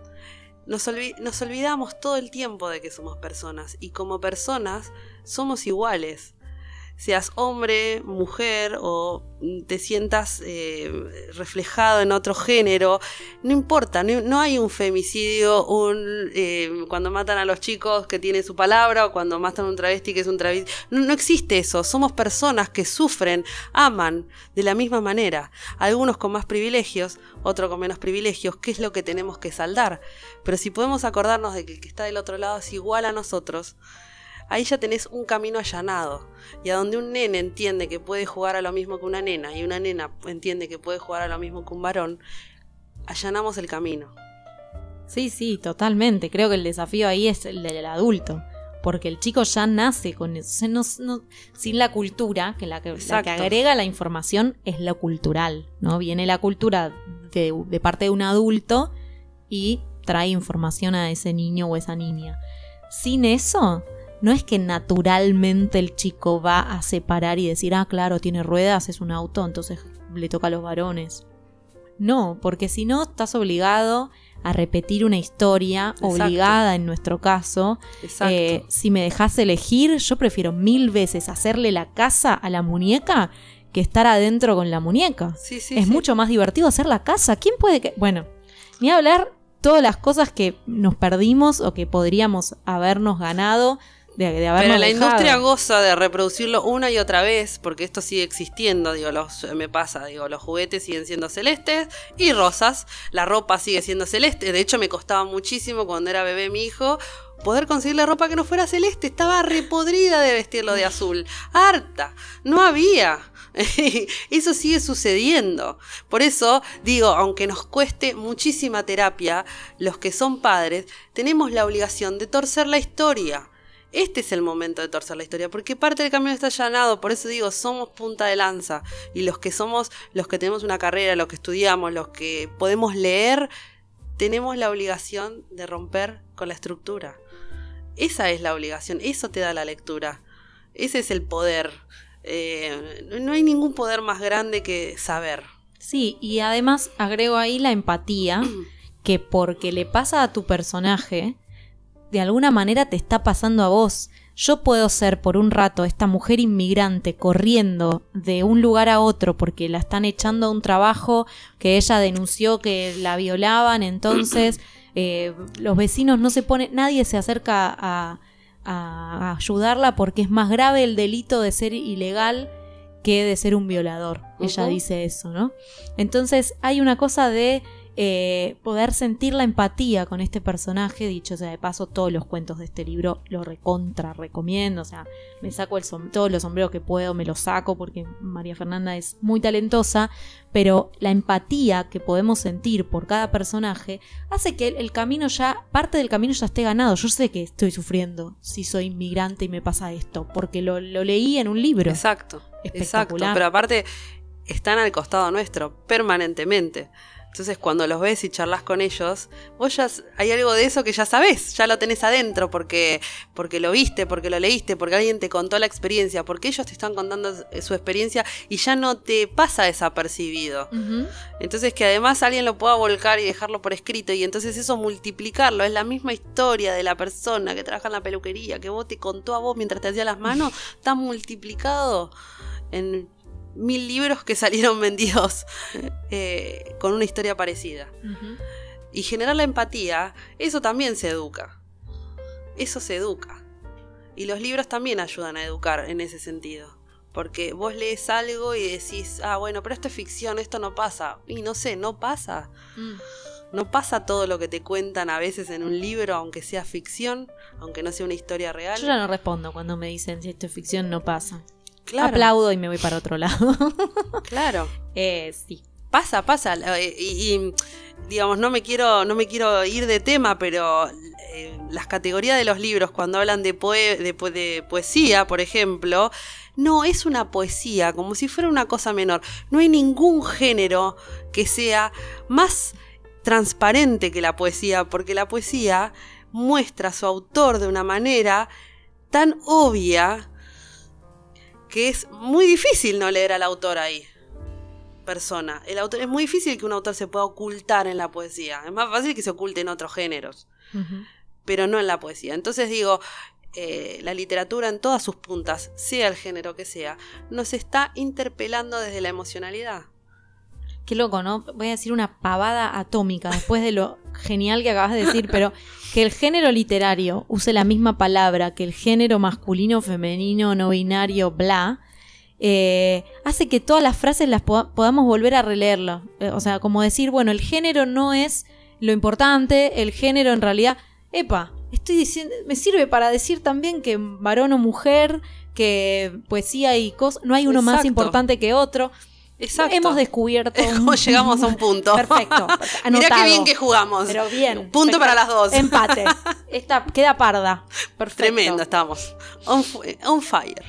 Nos olvidamos todo el tiempo de que somos personas y como personas somos iguales. Seas hombre, mujer o te sientas reflejado en otro género, no importa, no hay un femicidio, cuando matan a los chicos que tiene su palabra o cuando matan a un travesti que es un travesti, no existe eso, somos personas que sufren, aman de la misma manera, algunos con más privilegios, otros con menos privilegios, ¿qué es lo que tenemos que saldar? Pero si podemos acordarnos de que el que está del otro lado es igual a nosotros, ahí ya tenés un camino allanado. Y a donde un nene entiende que puede jugar a lo mismo que una nena y una nena entiende que puede jugar a lo mismo que un varón, allanamos el camino. Sí, totalmente. Creo que el desafío ahí es el del adulto. Porque el chico ya nace con eso. O sea, sin la cultura, que la que agrega la información es lo cultural, ¿no? Viene la cultura de parte de un adulto y trae información a ese niño o esa niña. Sin eso... No es que naturalmente el chico va a separar y decir, claro, tiene ruedas, es un auto, entonces le toca a los varones. No, porque si no estás obligado a repetir una historia, obligada en nuestro caso. Si me dejas elegir, yo prefiero 1000 veces hacerle la casa a la muñeca que estar adentro con la muñeca. Es mucho más divertido hacer la casa. ¿Quién puede Bueno, ni hablar todas las cosas que nos perdimos o que podríamos habernos ganado de pero la dejado. Industria goza de reproducirlo una y otra vez, porque esto sigue existiendo, los juguetes siguen siendo celestes y rosas, la ropa sigue siendo celeste, de hecho me costaba muchísimo cuando era bebé mi hijo, poder conseguirle ropa que no fuera celeste, estaba repodrida de vestirlo de azul, harta, no había. Eso sigue sucediendo. Por eso digo, aunque nos cueste muchísima terapia, los que son padres tenemos la obligación de torcer la historia. Este es el momento de torcer la historia, porque parte del camino está allanado. Por eso digo, somos punta de lanza. Y los que tenemos una carrera, los que estudiamos, los que podemos leer, tenemos la obligación de romper con la estructura. Esa es la obligación, eso te da la lectura. Ese es el poder. No hay ningún poder más grande que saber. Sí, y además agrego ahí la empatía, que porque le pasa a tu personaje, de alguna manera te está pasando a vos. Yo puedo ser por un rato esta mujer inmigrante corriendo de un lugar a otro porque la están echando a un trabajo que ella denunció que la violaban, entonces los vecinos no se ponen, nadie se acerca a ayudarla porque es más grave el delito de ser ilegal que de ser un violador. Ella dice eso, ¿no? Entonces hay una cosa de poder sentir la empatía con este personaje. Dicho sea de paso, todos los cuentos de este libro lo recontra recomiendo. O sea, me saco todos los sombreros que puedo, me los saco porque María Fernanda es muy talentosa, pero la empatía que podemos sentir por cada personaje hace que el camino parte del camino ya esté ganado. Yo sé que estoy sufriendo si soy inmigrante y me pasa esto, porque lo leí en un libro. Exacto, espectacular. Pero aparte están al costado nuestro permanentemente. Entonces cuando los ves y charlas con ellos, vos ya hay algo de eso que ya sabés, ya lo tenés adentro porque lo viste, porque lo leíste, porque alguien te contó la experiencia, porque ellos te están contando su experiencia y ya no te pasa desapercibido. Entonces que además alguien lo pueda volcar y dejarlo por escrito y entonces eso multiplicarlo, es la misma historia de la persona que trabaja en la peluquería, que vos te contó a vos mientras te hacía las manos, está multiplicado en 1000 libros que salieron vendidos con una historia parecida. Y generar la empatía, eso también se educa. Eso se educa. Y los libros también ayudan a educar en ese sentido. Porque vos lees algo y decís, bueno, pero esto es ficción, esto no pasa. Y no sé, no pasa. No pasa todo lo que te cuentan a veces en un libro, aunque sea ficción, aunque no sea una historia real. Yo ya no respondo cuando me dicen si esto es ficción, no pasa. Claro. Aplaudo y me voy para otro lado. Claro. Sí. Pasa. Y digamos, no me quiero ir de tema, pero las categorías de los libros, cuando hablan de poesía, por ejemplo, no es una poesía, como si fuera una cosa menor. No hay ningún género que sea más transparente que la poesía, porque la poesía muestra a su autor de una manera tan obvia que es muy difícil no leer al autor ahí. Persona. El autor, es muy difícil que un autor se pueda ocultar en la poesía. Es más fácil que se oculte en otros géneros. Pero no en la poesía. Entonces digo, la literatura en todas sus puntas, sea el género que sea, nos está interpelando desde la emocionalidad. Qué loco, ¿no? Voy a decir una pavada atómica después de lo genial que acabas de decir, pero que el género literario use la misma palabra que el género masculino, femenino, no binario, bla, hace que todas las frases las podamos volver a releerlo. O sea, como decir, bueno, el género no es lo importante, el género en realidad, estoy diciendo, me sirve para decir también que varón o mujer, que poesía y cosas, no hay uno más importante que otro. Exacto. Hemos descubierto. Llegamos a un punto. Perfecto. Mirá qué bien que jugamos. Pero bien. Punto para las dos. Empate. Queda parda. Perfecto. Tremendo, estamos. On fire.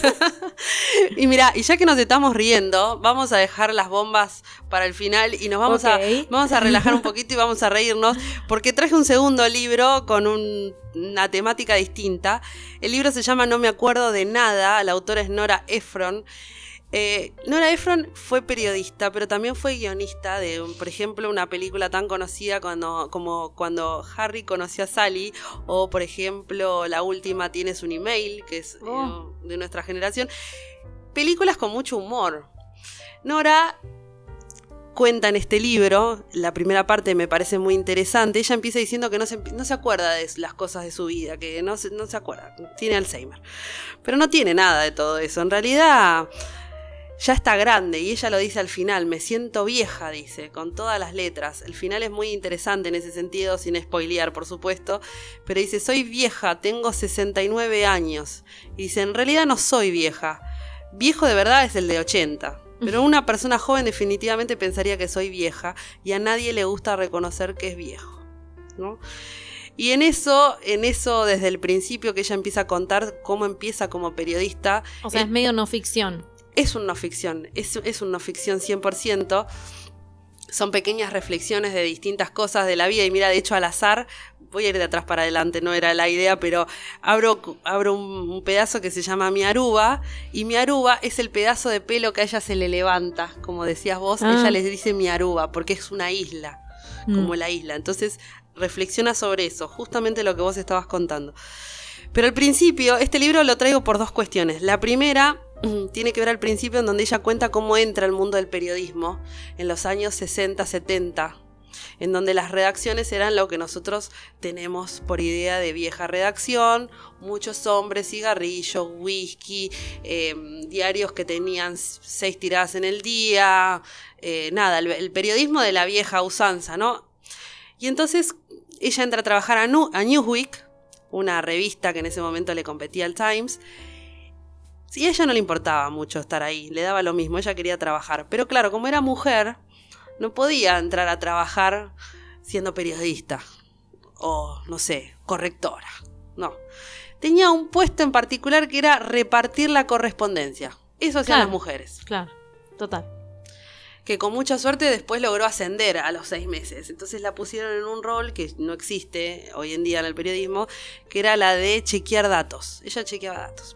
Y mirá, y ya que nos estamos riendo, vamos a dejar las bombas para el final y nos vamos a relajar un poquito y vamos a reírnos, porque traje un segundo libro con una temática distinta. El libro se llama No me acuerdo de nada. La autora es Nora Ephron. Nora Ephron fue periodista, pero también fue guionista de, por ejemplo, una película tan conocida como Cuando Harry conoció a Sally, o por ejemplo La última tienes un email, que es de nuestra generación. Películas con mucho humor. Nora cuenta en este libro, la primera parte me parece muy interesante. Ella empieza diciendo que no se acuerda de las cosas de su vida, que no se acuerda, tiene Alzheimer, pero no tiene nada de todo eso. En realidad ya está grande, y ella lo dice al final, me siento vieja, dice, con todas las letras. El final es muy interesante en ese sentido, sin spoilear, por supuesto, pero dice, soy vieja, tengo 69 años. Y dice, en realidad no soy vieja, viejo de verdad es el de 80. Pero una persona joven definitivamente pensaría que soy vieja, y a nadie le gusta reconocer que es viejo, ¿no? Y en eso, desde el principio que ella empieza a contar cómo empieza como periodista. O sea, es medio no ficción. Es un no ficción, es un no ficción 100%. Son pequeñas reflexiones de distintas cosas de la vida. Y mira, de hecho, al azar, voy a ir de atrás para adelante, no era la idea, pero abro un pedazo que se llama Mi Aruba. Y Mi Aruba es el pedazo de pelo que a ella se le levanta. Como decías vos, ella les dice Mi Aruba, porque es una isla, como la isla. Entonces reflexiona sobre eso, justamente lo que vos estabas contando. Pero al principio, este libro lo traigo por dos cuestiones. La primera tiene que ver al principio, en donde ella cuenta cómo entra al mundo del periodismo en los años 60, 70, en donde las redacciones eran lo que nosotros tenemos por idea de vieja redacción, muchos hombres, cigarrillos, whisky, diarios que tenían 6 tiradas en el día, el periodismo de la vieja usanza, ¿no? Y entonces ella entra a trabajar a Newsweek, una revista que en ese momento le competía al Times. Sí, a ella no le importaba mucho estar ahí, le daba lo mismo, ella quería trabajar. Pero claro, como era mujer, no podía entrar a trabajar siendo periodista o, no sé, correctora. No. Tenía un puesto en particular que era repartir la correspondencia. Eso hacían las mujeres. Claro, total. Que con mucha suerte después logró ascender a los 6 meses. Entonces la pusieron en un rol que no existe hoy en día en el periodismo, que era la de chequear datos. Ella chequeaba datos.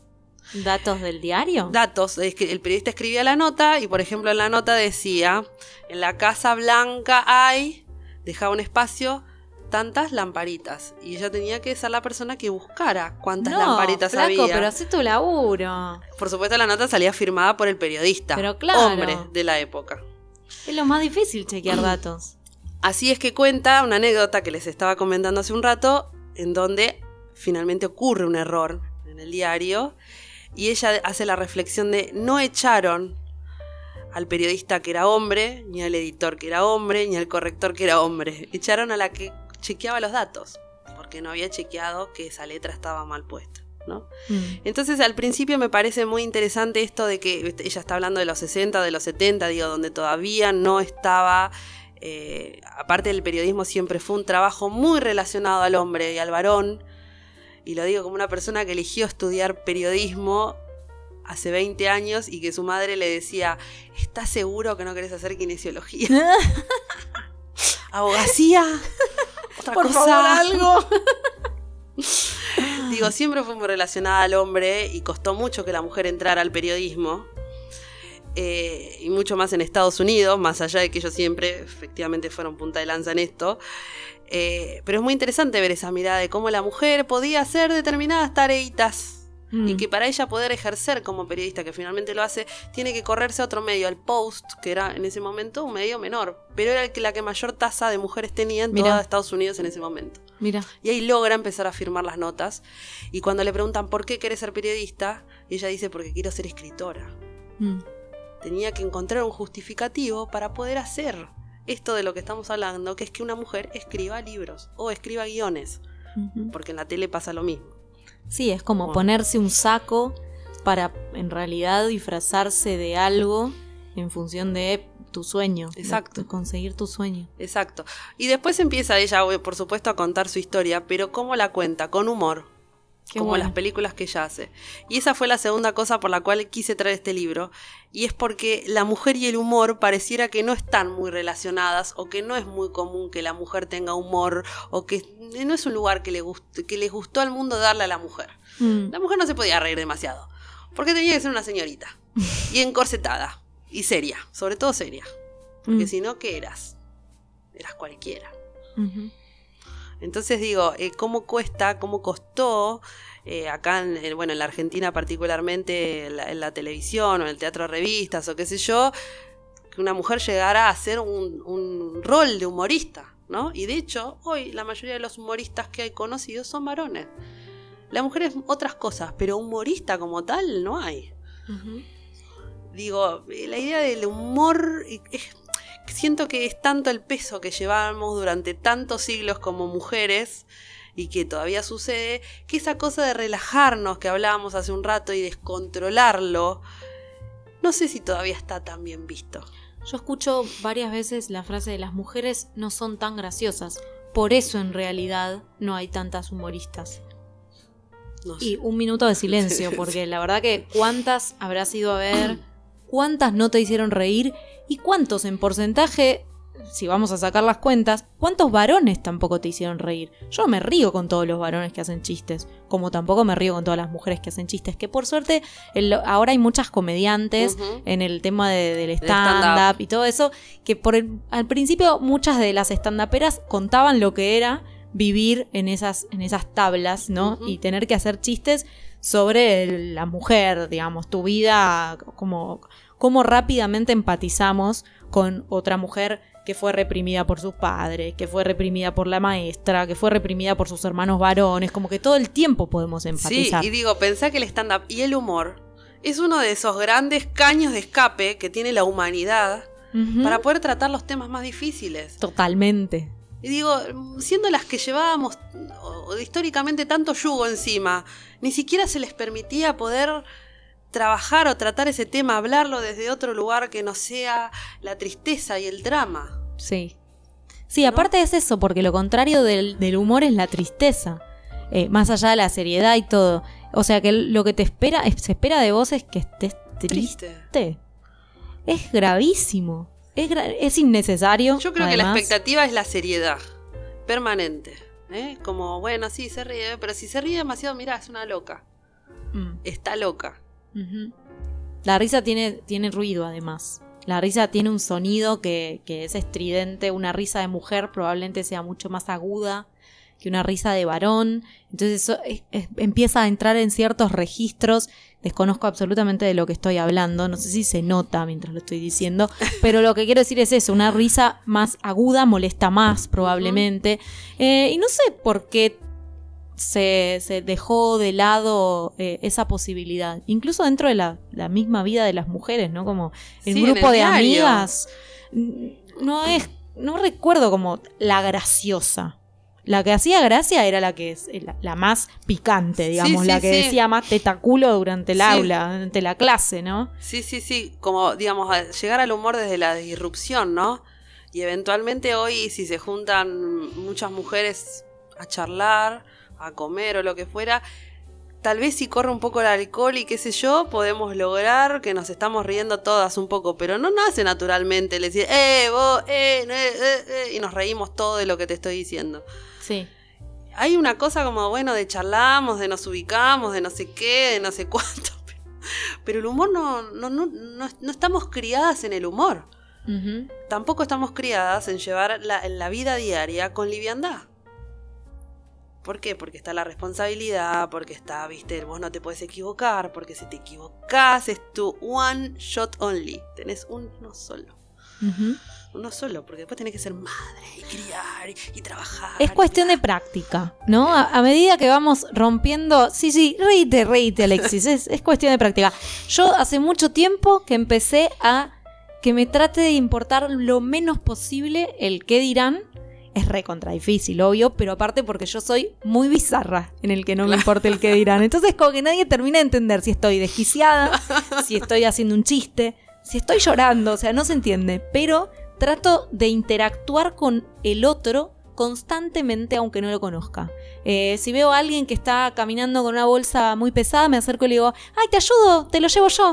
¿Datos del diario? Datos. Es que el periodista escribía la nota y, por ejemplo, en la nota decía: en la Casa Blanca dejaba un espacio, tantas lamparitas. Y ella tenía que ser la persona que buscara cuántas lamparitas había. Pero hacé tu laburo. Por supuesto, la nota salía firmada por el periodista, pero claro, hombre de la época. Es lo más difícil chequear datos. Así es que cuenta una anécdota que les estaba comentando hace un rato, en donde finalmente ocurre un error en el diario. Y ella hace la reflexión de: no echaron al periodista que era hombre, ni al editor que era hombre, ni al corrector que era hombre. Echaron a la que chequeaba los datos, porque no había chequeado que esa letra estaba mal puesta, ¿no? Entonces, al principio me parece muy interesante esto de que ella está hablando de los 60, de los 70, digo, donde todavía no estaba... aparte del periodismo siempre fue un trabajo muy relacionado al hombre y al varón. Y lo digo como una persona que eligió estudiar periodismo hace 20 años y que su madre le decía: ¿estás seguro que no querés hacer kinesiología? ¿Abogacía? ¿Otra por cosa? favor, algo. Digo, siempre fue muy relacionada al hombre y costó mucho que la mujer entrara al periodismo. Y mucho más en Estados Unidos, más allá de que ellos siempre efectivamente fueron punta de lanza en esto. Pero es muy interesante ver esa mirada de cómo la mujer podía hacer determinadas tareitas y que para ella poder ejercer como periodista, que finalmente lo hace, tiene que correrse a otro medio, al Post, que era en ese momento un medio menor, pero era la que mayor tasa de mujeres tenía en toda Estados Unidos en ese momento. Mira. Y ahí logra empezar a firmar las notas, y cuando le preguntan ¿por qué querés ser periodista? Ella dice: porque quiero ser escritora. Tenía que encontrar un justificativo para poder hacer esto de lo que estamos hablando, que es que una mujer escriba libros o escriba guiones, porque en la tele pasa lo mismo. Sí, es como ponerse un saco para en realidad disfrazarse de algo en función de tu sueño. Exacto. De conseguir tu sueño. Exacto. Y después empieza ella, por supuesto, a contar su historia, pero ¿cómo la cuenta? Con humor. Como las películas que ella hace. Y esa fue la segunda cosa por la cual quise traer este libro. Y es porque la mujer y el humor pareciera que no están muy relacionadas, o que no es muy común que la mujer tenga humor, o que no es un lugar que les gustó al mundo darle a la mujer. La mujer no se podía reír demasiado, porque tenía que ser una señorita. Y encorsetada. Y seria. Sobre todo seria. Porque si no, ¿qué eras? Eras cualquiera. Entonces digo, ¿cómo costó acá en la Argentina particularmente en la televisión o en el teatro de revistas o qué sé yo, que una mujer llegara a hacer un rol de humorista, ¿no? Y de hecho, hoy la mayoría de los humoristas que hay conocidos son varones. La mujer es otras cosas, pero humorista como tal no hay. Digo, la idea del humor... Siento que es tanto el peso que llevamos durante tantos siglos como mujeres, y que todavía sucede, que esa cosa de relajarnos que hablábamos hace un rato y descontrolarlo, no sé si todavía está tan bien visto. Yo escucho varias veces la frase de: las mujeres no son tan graciosas. por eso en realidad no hay tantas humoristas. No sé. Y un minuto de silencio, porque la verdad que ¿cuántas habrás ido a ver? ¿Cuántas no te hicieron reír? ¿Y cuántos en porcentaje, si vamos a sacar las cuentas, cuántos varones tampoco te hicieron reír? Yo me río con todos los varones que hacen chistes, como tampoco me río con todas las mujeres que hacen chistes, que por suerte ahora hay muchas comediantes en el tema del stand-up y todo eso, que al principio muchas de las stand-uperas contaban lo que era vivir en esas tablas, ¿no? Y tener que hacer chistes sobre la mujer, digamos, tu vida, cómo rápidamente empatizamos con otra mujer que fue reprimida por sus padres, que fue reprimida por la maestra, que fue reprimida por sus hermanos varones, como que todo el tiempo podemos empatizar. Sí, y digo, pensá que el stand-up y el humor es uno de esos grandes caños de escape que tiene la humanidad para poder tratar los temas más difíciles. Totalmente. Y digo, siendo las que llevábamos históricamente tanto yugo encima, ni siquiera se les permitía poder trabajar o tratar ese tema, hablarlo desde otro lugar que no sea la tristeza y el drama. Sí. Sí, aparte es eso, porque lo contrario del humor es la tristeza. Más allá de la seriedad y todo. O sea que lo que se espera de vos es que estés triste. Es gravísimo. Es innecesario. Yo creo que la expectativa es la seriedad permanente. Como, bueno, sí, se ríe, pero si se ríe demasiado, mirá, es una loca. Está loca. La risa tiene ruido, además. La risa tiene un sonido que es estridente. Una risa de mujer probablemente sea mucho más aguda que una risa de varón. Entonces eso empieza a entrar en ciertos registros. Desconozco absolutamente de lo que estoy hablando. No sé si se nota mientras lo estoy diciendo. Pero lo que quiero decir es eso. Una risa más aguda molesta más probablemente. Y no sé por qué se dejó de lado esa posibilidad. Incluso dentro de la misma vida de las mujeres, ¿no? Como el grupo de amigas. No recuerdo como la graciosa. La que hacía gracia era la que es la más picante, digamos, la que decía más tetaculo durante el aula, durante la clase, ¿no? Sí, como, digamos, llegar al humor desde la disrupción, ¿no? Y eventualmente hoy, si se juntan muchas mujeres a charlar, a comer o lo que fuera, tal vez si corre un poco el alcohol y qué sé yo, podemos lograr que nos estamos riendo todas un poco, pero no nace naturalmente el decir, vos, y nos reímos todo de lo que te estoy diciendo. Sí. Hay una cosa como, bueno, de charlamos, de nos ubicamos, de no sé qué, de no sé cuánto, pero el humor no estamos criadas en el humor. Tampoco estamos criadas en llevar la vida diaria con liviandad. ¿Por qué? Porque está la responsabilidad, porque está, viste, vos no te puedes equivocar, porque si te equivocás es tu one shot only. Tenés uno solo. Uno solo, porque después tenés que ser madre y criar y trabajar. Es cuestión de práctica, ¿no? A medida que vamos rompiendo... Sí, reíte, Alexis, es cuestión de práctica. Yo hace mucho tiempo que empecé a que me trate de importar lo menos posible el qué dirán. Es recontra difícil, obvio, pero aparte porque yo soy muy bizarra en el que no me importa el qué dirán. Entonces como que nadie termina de entender si estoy desquiciada, si estoy haciendo un chiste, si estoy llorando, o sea, no se entiende. Pero trato de interactuar con el otro constantemente, aunque no lo conozca. Si veo a alguien que está caminando con una bolsa muy pesada, me acerco y le digo, ¡ay, te ayudo! ¡Te lo llevo yo!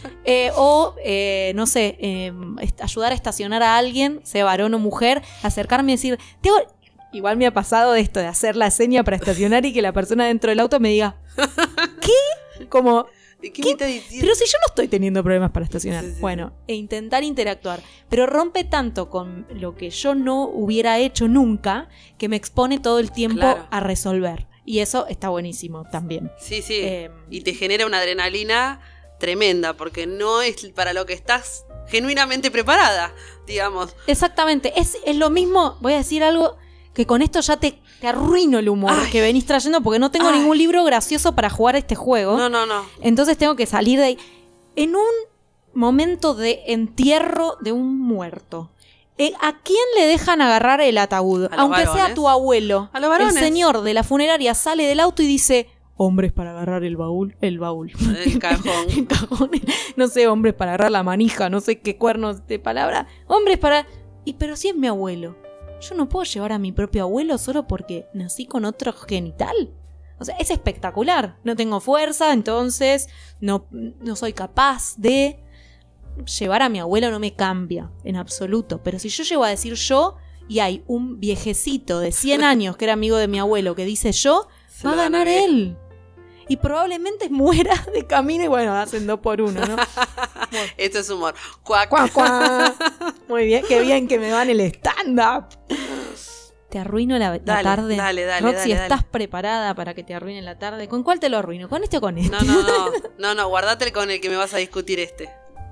No sé, ayudar a estacionar a alguien, sea varón o mujer, acercarme y decir, igual me ha pasado esto de hacer la seña para estacionar y que la persona dentro del auto me diga, ¿qué? Como... ¿Qué? Pero si yo no estoy teniendo problemas para estacionar. Sí. Bueno, e intentar interactuar. Pero rompe tanto con lo que yo no hubiera hecho nunca que me expone todo el tiempo a resolver. Y eso está buenísimo también. Sí. Y te genera una adrenalina tremenda porque no es para lo que estás genuinamente preparada, digamos. Exactamente. Es lo mismo, voy a decir algo que con esto ya te arruino el humor que venís trayendo porque no tengo ningún libro gracioso para jugar a este juego. No. Entonces tengo que salir de ahí. En un momento de entierro de un muerto, ¿a quién le dejan agarrar el ataúd? Aunque varones. Sea tu abuelo. A los varones. El señor de la funeraria sale del auto y dice, hombres para agarrar el baúl. El cajón. El cajón. No sé, hombres para agarrar la manija, no sé qué cuernos de palabra. Hombres para... pero si es mi abuelo. yo no puedo llevar a mi propio abuelo solo porque nací con otro genital. O sea, es espectacular. No tengo fuerza, entonces no soy capaz de... Llevar a mi abuelo no me cambia en absoluto. Pero si yo llego a decir yo y hay un viejecito de 100 años que era amigo de mi abuelo que dice yo, va a ganar él. Y probablemente muera de camino y bueno, hacen 2 por 1, ¿no? Bueno. Esto es humor. Cuac. Cuac, cuac. Muy bien, qué bien que me van el stand-up. Te arruino la tarde. Dale, Roxy, dale. ¿estás preparada para que te arruine la tarde? ¿Con cuál te lo arruino? ¿Con este o con este? No, guardate con el que me vas a discutir este.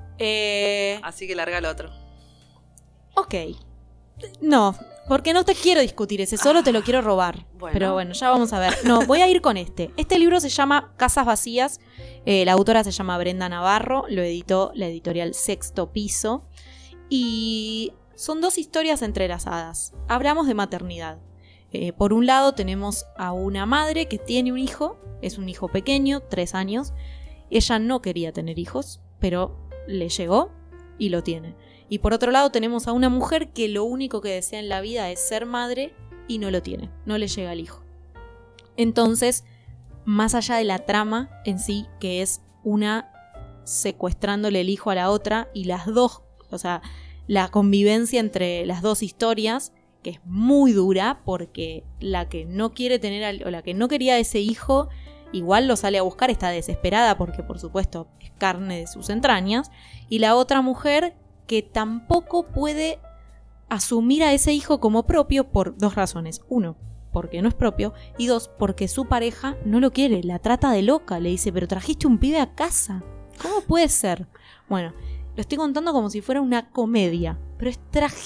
Así que larga el otro. Ok. No, porque no te quiero discutir ese, solo te lo quiero robar. Bueno. Pero bueno, ya vamos a ver. No, voy a ir con este. Este libro se llama Casas Vacías. La autora se llama Brenda Navarro. Lo editó la editorial Sexto Piso. Y son 2 historias entrelazadas. Hablamos de maternidad. Por un lado tenemos a una madre que tiene un hijo. Es un hijo pequeño, 3 años. Ella no quería tener hijos, pero le llegó y lo tiene. Y por otro lado tenemos a una mujer que lo único que desea en la vida es ser madre y no lo tiene, no le llega el hijo. Entonces, más allá de la trama en sí, que es una secuestrándole el hijo a la otra y las dos, o sea, la convivencia entre las 2 historias, que es muy dura porque la que no quiere tener o la que no quería ese hijo igual lo sale a buscar, está desesperada porque por supuesto es carne de sus entrañas, y la otra mujer que tampoco puede asumir a ese hijo como propio por 2 razones. 1, porque no es propio, y 2, porque su pareja no lo quiere, la trata de loca, le dice, pero trajiste un pibe a casa, ¿cómo puede ser? Bueno, lo estoy contando como si fuera una comedia, pero es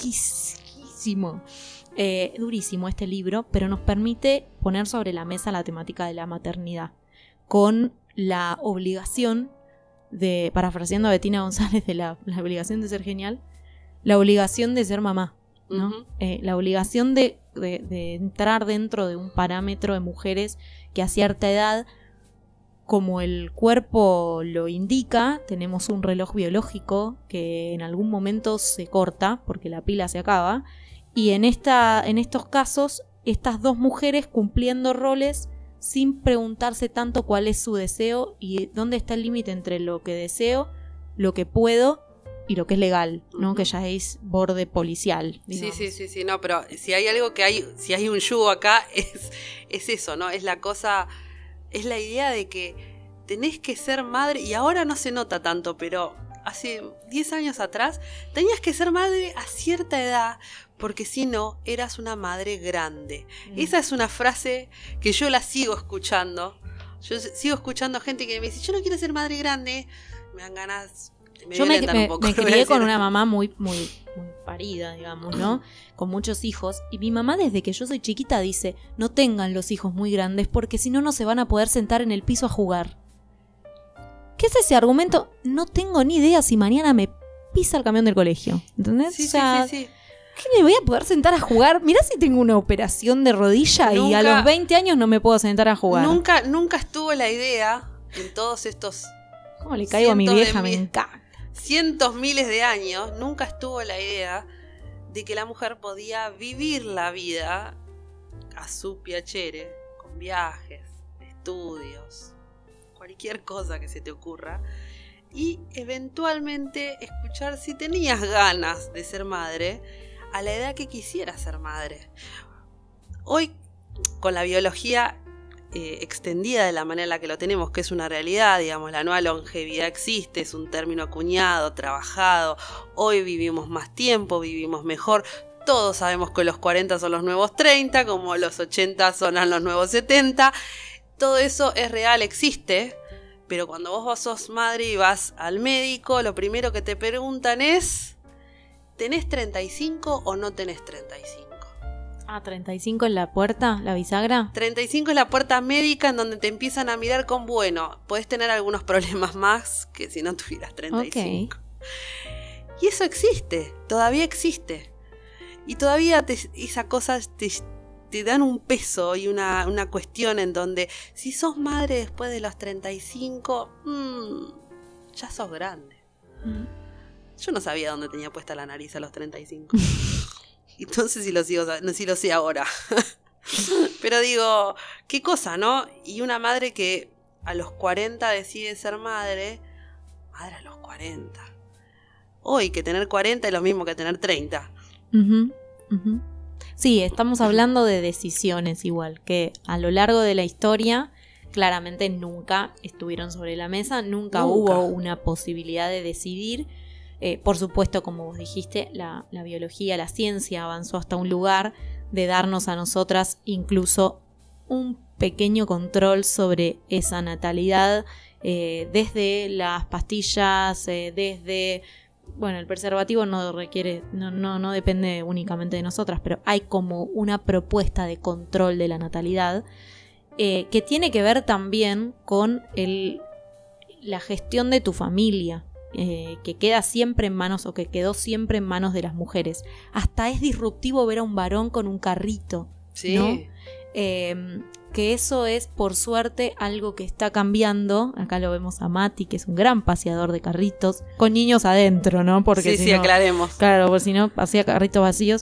trágico. Durísimo este libro, pero nos permite poner sobre la mesa la temática de la maternidad, con la obligación de, parafraseando a Betina González de la obligación de ser genial, la obligación de ser mamá, ¿no? Uh-huh. La obligación de entrar dentro de un parámetro de mujeres que a cierta edad, como el cuerpo lo indica, tenemos un reloj biológico que en algún momento se corta porque la pila se acaba. Y en estos casos, estas 2 mujeres cumpliendo roles sin preguntarse tanto cuál es su deseo y dónde está el límite entre lo que deseo, lo que puedo y lo que es legal, ¿no? Uh-huh. Que ya es borde policial, digamos. Sí, no, pero si hay algo si hay un yugo acá, es eso, ¿no? Es la cosa, es la idea de que tenés que ser madre, y ahora no se nota tanto, pero hace 10 años atrás tenías que ser madre a cierta edad, porque si no, eras una madre grande. Esa es una frase que yo la sigo escuchando. Yo sigo escuchando gente que me dice, yo no quiero ser madre grande. Me dan ganas... Yo me crié con una mamá muy parida, digamos, ¿no? Con muchos hijos. Y mi mamá, desde que yo soy chiquita, dice, no tengan los hijos muy grandes, porque si no, no se van a poder sentar en el piso a jugar. ¿Qué es ese argumento? No tengo ni idea si mañana me pisa el camión del colegio. ¿Entendés? Sí. ¿Qué me voy a poder sentar a jugar? Mirá si tengo una operación de rodilla y a los 20 años no me puedo sentar a jugar. Nunca estuvo la idea en todos estos... ¿Cómo le caigo a mi vieja? Me encanta. Cientos, miles de años, nunca estuvo la idea de que la mujer podía vivir la vida a su piacere, con viajes, estudios, cualquier cosa que se te ocurra, y eventualmente escuchar si tenías ganas de ser madre a la edad que quisieras ser madre. Hoy, con la biología extendida de la manera en la que lo tenemos, que es una realidad, digamos, la nueva longevidad existe, es un término acuñado, trabajado, hoy vivimos más tiempo, vivimos mejor, todos sabemos que los 40 son los nuevos 30, como los 80 son los nuevos 70, todo eso es real, existe, pero cuando vos sos madre y vas al médico, lo primero que te preguntan es, ¿tenés 35 o no tenés 35? Ah, 35 en la puerta, la bisagra. 35 es la puerta médica en donde te empiezan a mirar con, bueno, podés tener algunos problemas más que si no tuvieras 35. Okay. Y eso existe, todavía existe. Y todavía esas cosas te dan un peso y una cuestión en donde si sos madre después de los 35, ya sos grande. Yo no sabía dónde tenía puesta la nariz a los 35. Entonces sí lo sé ahora. Pero digo, qué cosa, ¿no? Y una madre que a los 40 decide ser madre a los 40. Hoy que tener 40 es lo mismo que tener 30. Sí, estamos hablando de decisiones igual, que a lo largo de la historia claramente nunca estuvieron sobre la mesa, nunca hubo una posibilidad de decidir. Por supuesto, como vos dijiste, la biología, la ciencia avanzó hasta un lugar de darnos a nosotras incluso un pequeño control sobre esa natalidad, desde las pastillas, desde... Bueno, el preservativo no depende únicamente de nosotras, pero hay como una propuesta de control de la natalidad que tiene que ver también con la gestión de tu familia, que queda siempre en manos, o que quedó siempre en manos de las mujeres. Hasta es disruptivo ver a un varón con un carrito, sí, ¿no? Que eso es, por suerte, algo que está cambiando. Acá lo vemos a Mati, que es un gran paseador de carritos, con niños adentro, ¿no? Porque sí, aclaremos. Claro, porque si no, hacía carritos vacíos.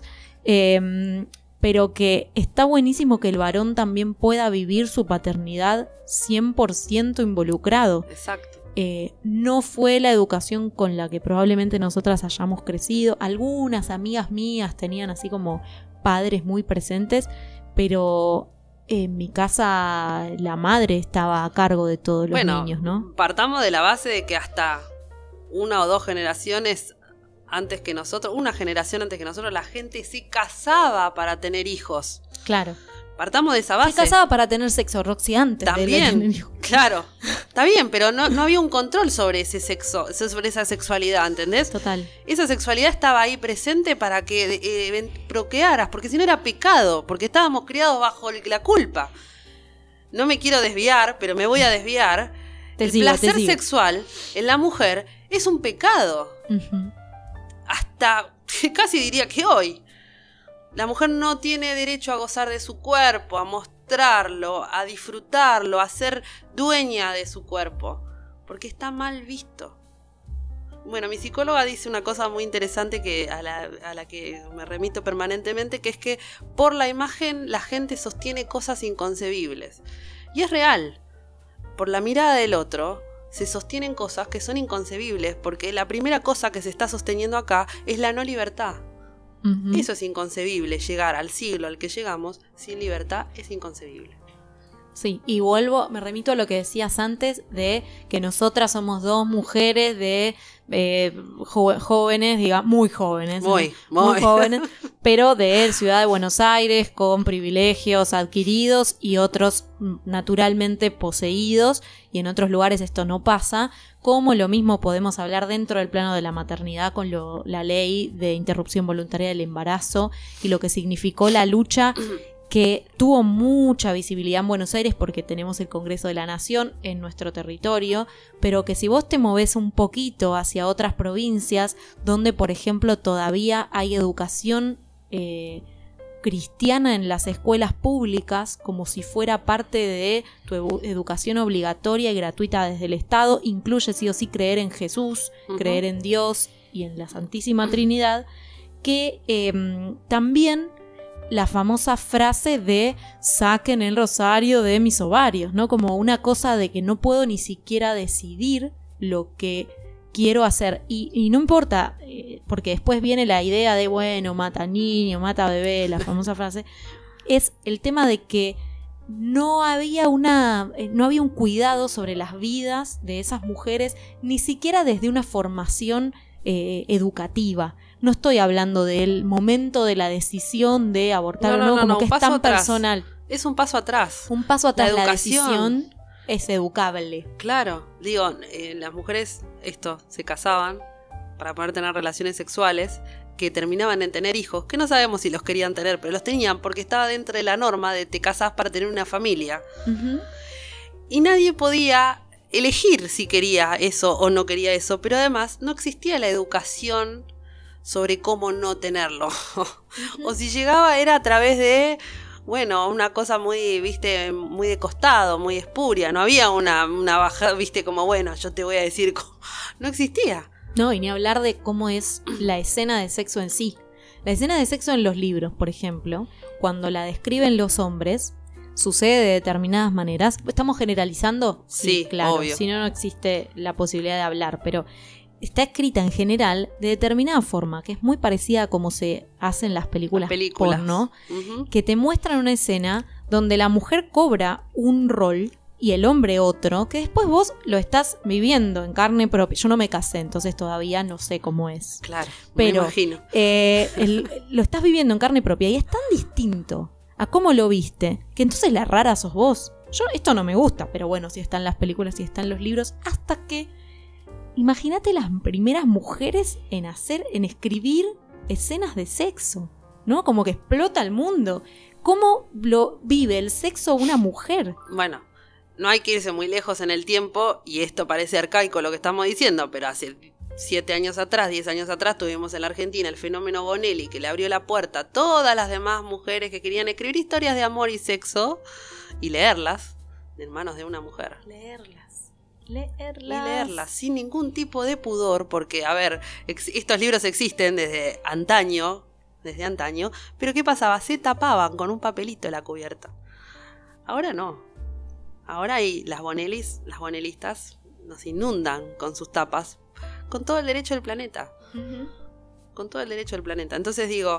Pero que está buenísimo que el varón también pueda vivir su paternidad 100% involucrado. Exacto. No fue la educación con la que probablemente nosotras hayamos crecido. Algunas amigas mías tenían así como padres muy presentes, pero en mi casa la madre estaba a cargo de todos los niños, ¿no? Partamos de la base de que hasta una o dos generaciones antes que nosotros, una generación antes que nosotros, la gente se casaba para tener hijos. Claro. Partamos de esa base. Se casaba para tener sexo, Roxy, antes también, de tener hijos. Claro, está bien, pero no había un control sobre ese sexo, sobre esa sexualidad, ¿entendés? Total. Esa sexualidad estaba ahí presente para que procrearas, porque si no era pecado, porque estábamos criados bajo la culpa. No me quiero desviar, pero me voy a desviar. El placer sexual en la mujer es un pecado. Hasta casi diría que hoy. La mujer no tiene derecho a gozar de su cuerpo, a mostrarlo, a disfrutarlo, a ser dueña de su cuerpo, porque está mal visto. Bueno, mi psicóloga dice una cosa muy interesante que a la que me remito permanentemente, que es que por la imagen la gente sostiene cosas inconcebibles. Y es real. Por la mirada del otro se sostienen cosas que son inconcebibles, porque la primera cosa que se está sosteniendo acá es la no libertad. Eso es inconcebible, llegar al siglo al que llegamos sin libertad es inconcebible. Sí, y me remito a lo que decías antes de que nosotras somos dos mujeres de jóvenes, muy jóvenes, muy jóvenes, pero de Ciudad de Buenos Aires, con privilegios adquiridos y otros naturalmente poseídos, y en otros lugares esto no pasa. Como lo mismo podemos hablar dentro del plano de la maternidad con la ley de interrupción voluntaria del embarazo y lo que significó la lucha que tuvo mucha visibilidad en Buenos Aires porque tenemos el Congreso de la Nación en nuestro territorio, pero que si vos te movés un poquito hacia otras provincias donde, por ejemplo, todavía hay educación cristiana en las escuelas públicas, como si fuera parte de tu educación obligatoria y gratuita desde el Estado, incluye sí o sí creer en Jesús, creer en Dios y en la Santísima Trinidad, que también la famosa frase de saquen el rosario de mis ovarios, ¿no? Como una cosa de que no puedo ni siquiera decidir lo que quiero hacer. Y no importa, porque después viene la idea de, bueno, mata niño, mata bebé, la famosa frase. Es el tema de que no había un cuidado sobre las vidas de esas mujeres, ni siquiera desde una formación educativa. No estoy hablando del momento de la decisión de abortar o no, como que es tan personal. Es un paso atrás. Un paso atrás. La decisión es educable. Claro, digo, las mujeres se casaban para poder tener relaciones sexuales que terminaban en tener hijos, que no sabemos si los querían tener, pero los tenían porque estaba dentro de la norma de te casás para tener una familia. Y nadie podía elegir si quería eso o no quería eso, pero además no existía la educación sobre cómo no tenerlo. O si llegaba era a través de, bueno, una cosa muy, muy de costado, muy espuria. No había una bajada, como, bueno, yo te voy a decir, no existía. No, y ni hablar de cómo es la escena de sexo en sí. La escena de sexo en los libros, por ejemplo, cuando la describen los hombres, sucede de determinadas maneras. ¿Estamos generalizando? Sí, claro. obvio. Si no, no existe la posibilidad de hablar, pero está escrita en general de determinada forma, que es muy parecida a como se hacen las películas porno, que te muestran una escena donde la mujer cobra un rol y el hombre otro, que después vos lo estás viviendo en carne propia. Yo no me casé, entonces todavía no sé cómo es. Claro, pero me imagino. Lo estás viviendo en carne propia y es tan distinto a cómo lo viste, que entonces la rara sos vos. Esto no me gusta, pero bueno, si están las películas, si están los libros, hasta que... Imagínate las primeras mujeres en escribir escenas de sexo, ¿no? Como que explota el mundo. ¿Cómo lo vive el sexo una mujer? Bueno, no hay que irse muy lejos en el tiempo, y esto parece arcaico lo que estamos diciendo, pero hace 7 años atrás, 10 años atrás, tuvimos en la Argentina el fenómeno Bonelli, que le abrió la puerta a todas las demás mujeres que querían escribir historias de amor y sexo y leerlas en manos de una mujer. Y leerlas sin ningún tipo de pudor, porque, a ver, estos libros existen desde antaño, pero ¿qué pasaba? Se tapaban con un papelito la cubierta. Ahora no. Ahora las bonelistas nos inundan con sus tapas, con todo el derecho del planeta. Con todo el derecho del planeta. Entonces digo,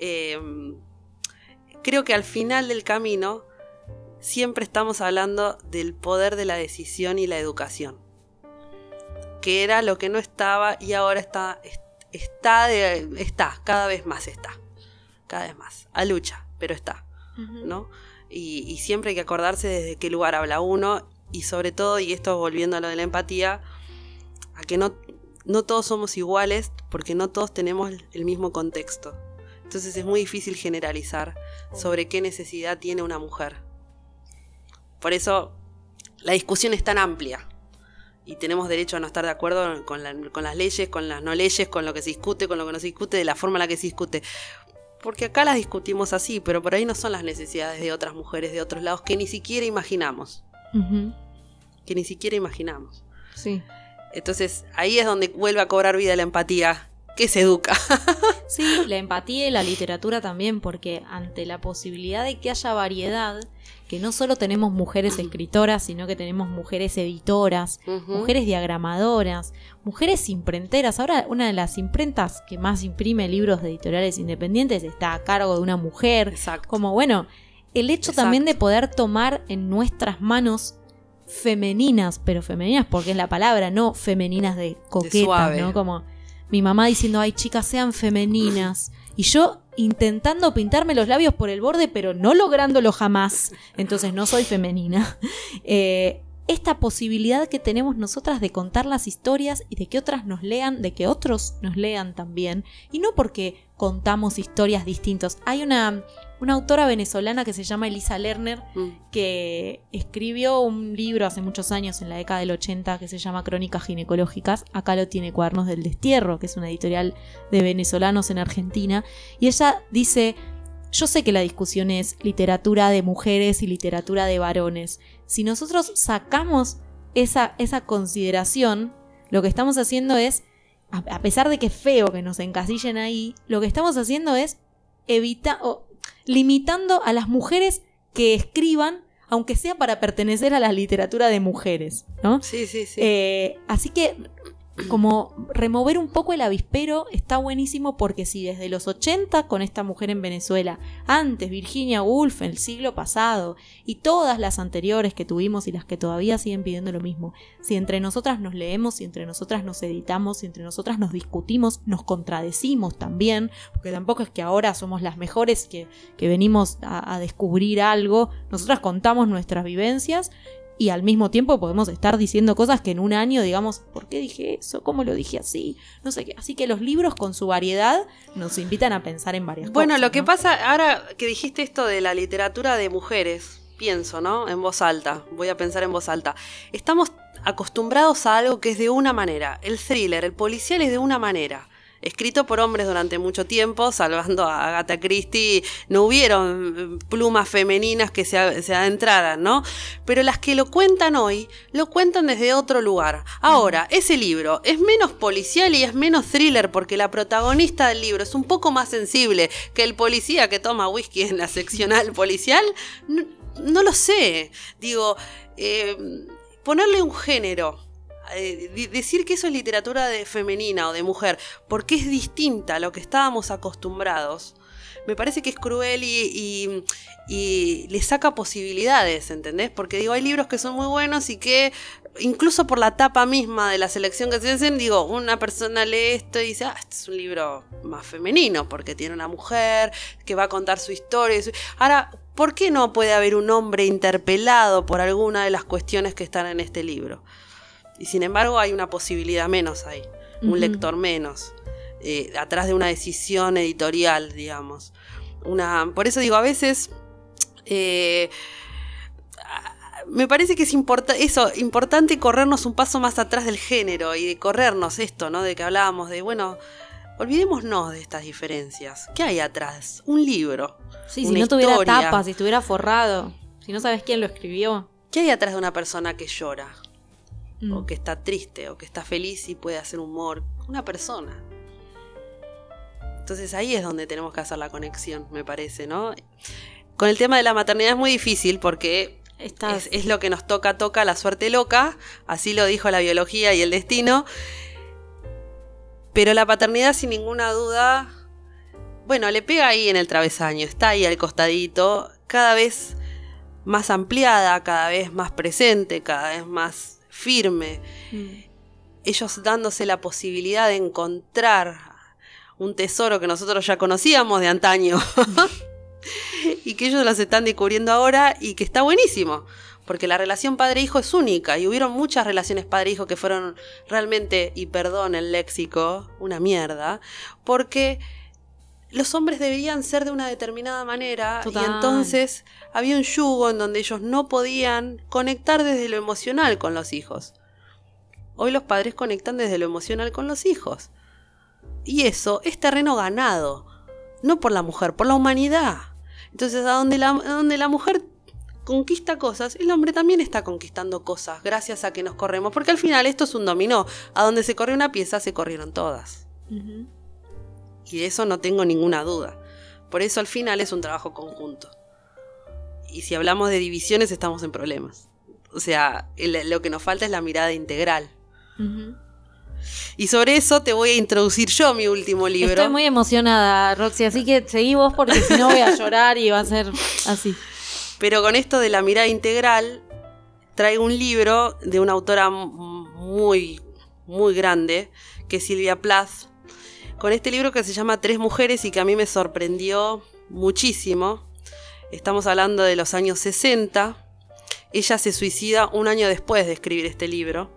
creo que al final del camino siempre estamos hablando del poder de la decisión y la educación, que era lo que no estaba y ahora está, cada vez más a lucha, pero está, ¿no? Y siempre hay que acordarse desde qué lugar habla uno, y sobre todo, y esto volviendo a lo de la empatía, a que no todos somos iguales, porque no todos tenemos el mismo contexto. Entonces es muy difícil generalizar sobre qué necesidad tiene una mujer. Por eso la discusión es tan amplia y tenemos derecho a no estar de acuerdo con las leyes, con las no leyes, con lo que se discute, con lo que no se discute, de la forma en la que se discute. Porque acá las discutimos así, pero por ahí no son las necesidades de otras mujeres de otros lados que ni siquiera imaginamos. Sí. Entonces ahí es donde vuelve a cobrar vida la empatía, que se educa. Sí, la empatía y la literatura también, porque ante la posibilidad de que haya variedad, que no solo tenemos mujeres escritoras, sino que tenemos mujeres editoras, mujeres diagramadoras, mujeres imprenteras. Ahora una de las imprentas que más imprime libros de editoriales independientes está a cargo de una mujer. Exacto. Como bueno, el hecho también de poder tomar en nuestras manos femeninas, pero femeninas porque es la palabra, no femeninas de coquetas, ¿no? Como mi mamá diciendo, ay, chicas, sean femeninas. Y yo intentando pintarme los labios por el borde, pero no lográndolo jamás. Entonces no soy femenina. Esta posibilidad que tenemos nosotras de contar las historias y de que otras nos lean, de que otros nos lean también. Y no porque contamos historias distintas. Hay una autora venezolana que se llama Elisa Lerner, que escribió un libro hace muchos años, en la década del 80, que se llama Crónicas Ginecológicas. Acá lo tiene Cuadernos del Destierro, que es una editorial de venezolanos en Argentina. Y ella dice, yo sé que la discusión es literatura de mujeres y literatura de varones. Si nosotros sacamos esa consideración, lo que estamos haciendo es, a pesar de que es feo que nos encasillen ahí, lo que estamos haciendo es limitando a las mujeres que escriban, aunque sea para pertenecer a la literatura de mujeres, ¿no? Sí. Así que, como remover un poco el avispero está buenísimo, porque si desde los 80 con esta mujer en Venezuela, antes Virginia Woolf en el siglo pasado y todas las anteriores que tuvimos y las que todavía siguen pidiendo lo mismo, si entre nosotras nos leemos, si entre nosotras nos editamos, si entre nosotras nos discutimos, nos contradecimos también, porque tampoco es que ahora somos las mejores que venimos a descubrir algo, nosotras contamos nuestras vivencias. Y al mismo tiempo podemos estar diciendo cosas que en un año digamos, ¿por qué dije eso? ¿Cómo lo dije así? No sé qué. Así que los libros con su variedad nos invitan a pensar en varias cosas. Bueno, lo que ¿no? pasa, ahora que dijiste esto de la literatura de mujeres, pienso, ¿no? En voz alta, voy a pensar en voz alta. Estamos acostumbrados a algo que es de una manera. El thriller, el policial es de una manera. escrito por hombres durante mucho tiempo, salvando a Agatha Christie, no hubieron plumas femeninas que se adentraran, ¿no? Pero las que lo cuentan hoy, lo cuentan desde otro lugar. Ahora, ese libro es menos policial y es menos thriller, porque la protagonista del libro es un poco más sensible que el policía que toma whisky en la seccional policial. No lo sé. Digo, ponerle un género, decir que eso es literatura femenina o de mujer, porque es distinta a lo que estábamos acostumbrados, me parece que es cruel y le saca posibilidades, ¿entendés? Porque digo, hay libros que son muy buenos y que incluso por la tapa misma de la selección que se hacen, digo, una persona lee esto y dice, este es un libro más femenino porque tiene una mujer que va a contar su historia. Ahora, ¿por qué no puede haber un hombre interpelado por alguna de las cuestiones que están en este libro? Y sin embargo hay una posibilidad menos ahí, un lector menos, atrás de una decisión editorial, digamos. Por eso digo, a veces me parece que es importante corrernos un paso más atrás del género y de corrernos esto, ¿no? De que hablábamos de, bueno, olvidémonos de estas diferencias. ¿Qué hay atrás? Un libro. Sí, si no tuviera tapa, si estuviera forrado, si no sabes quién lo escribió. ¿Qué hay atrás de una persona que llora? O que está triste, o que está feliz y puede hacer humor. Una persona. Entonces ahí es donde tenemos que hacer la conexión, me parece, ¿no? Con el tema de la maternidad es muy difícil porque es lo que nos toca la suerte loca, así lo dijo la biología y el destino. Pero la paternidad, sin ninguna duda, bueno, le pega ahí en el travesaño, está ahí al costadito, cada vez más ampliada, cada vez más presente, cada vez más firme, ellos dándose la posibilidad de encontrar un tesoro que nosotros ya conocíamos de antaño y que ellos los están descubriendo ahora y que está buenísimo, porque la relación padre-hijo es única y hubieron muchas relaciones padre-hijo que fueron realmente, y perdón el léxico, una mierda, porque los hombres debían ser de una determinada manera. Total. Y entonces había un yugo en donde ellos no podían conectar desde lo emocional con los hijos. Hoy los padres conectan desde lo emocional con los hijos. Y eso es terreno ganado, no por la mujer, por la humanidad. Entonces, a donde la mujer conquista cosas, el hombre también está conquistando cosas gracias a que nos corremos, porque al final esto es un dominó. A donde se corrió una pieza, se corrieron todas. Y de eso no tengo ninguna duda. Por eso al final es un trabajo conjunto. Y si hablamos de divisiones estamos en problemas. O sea, lo que nos falta es la mirada integral. Y sobre eso te voy a introducir yo mi último libro. Estoy muy emocionada, Roxy, así que seguí vos porque si no voy a llorar y va a ser así. Pero con esto de la mirada integral, traigo un libro de una autora muy, muy grande, que es Sylvia Plath, con este libro que se llama Tres mujeres y que a mí me sorprendió muchísimo. Estamos hablando de los años 60. Ella se suicida un año después de escribir este libro.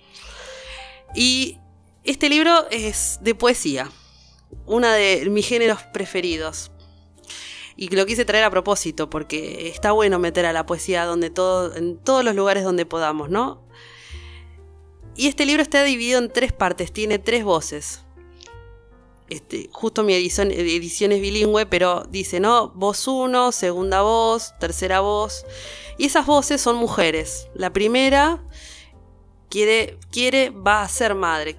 Y este libro es de poesía, uno de mis géneros preferidos. Y lo quise traer a propósito porque está bueno meter a la poesía en todos los lugares donde podamos, ¿no? Y este libro está dividido en 3 partes, tiene 3 voces. Justo mi edición es bilingüe, pero dice, ¿no? Voz 1, segunda voz, tercera voz. Y esas voces son mujeres. La primera quiere y va a ser madre.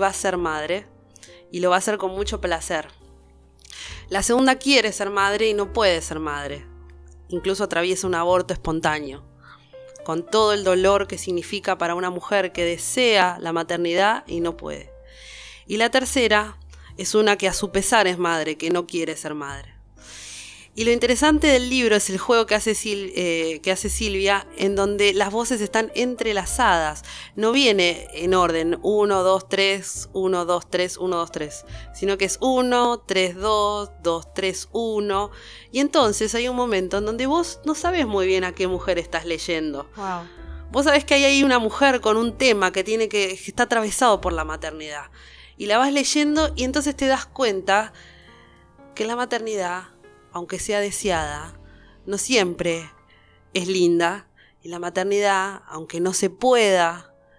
Y lo va a hacer con mucho placer. La segunda quiere ser madre y no puede ser madre. Incluso atraviesa un aborto espontáneo, con todo el dolor que significa para una mujer que desea la maternidad y no puede. Y la tercera es una que a su pesar es madre, que no quiere ser madre. Y lo interesante del libro es el juego que hace Silvia, en donde las voces están entrelazadas. No viene en orden 1, 2, 3, 1, 2, 3, 1, 2, 3, sino que es 1, 3, 2, 2, 3, 1. Y entonces hay un momento en donde vos no sabes muy bien a qué mujer estás leyendo. Wow. Vos sabés que hay ahí una mujer con un tema que está atravesado por la maternidad. Y la vas leyendo y entonces te das cuenta que la maternidad, aunque sea deseada, no siempre es linda. Y la maternidad, aunque no se pueda,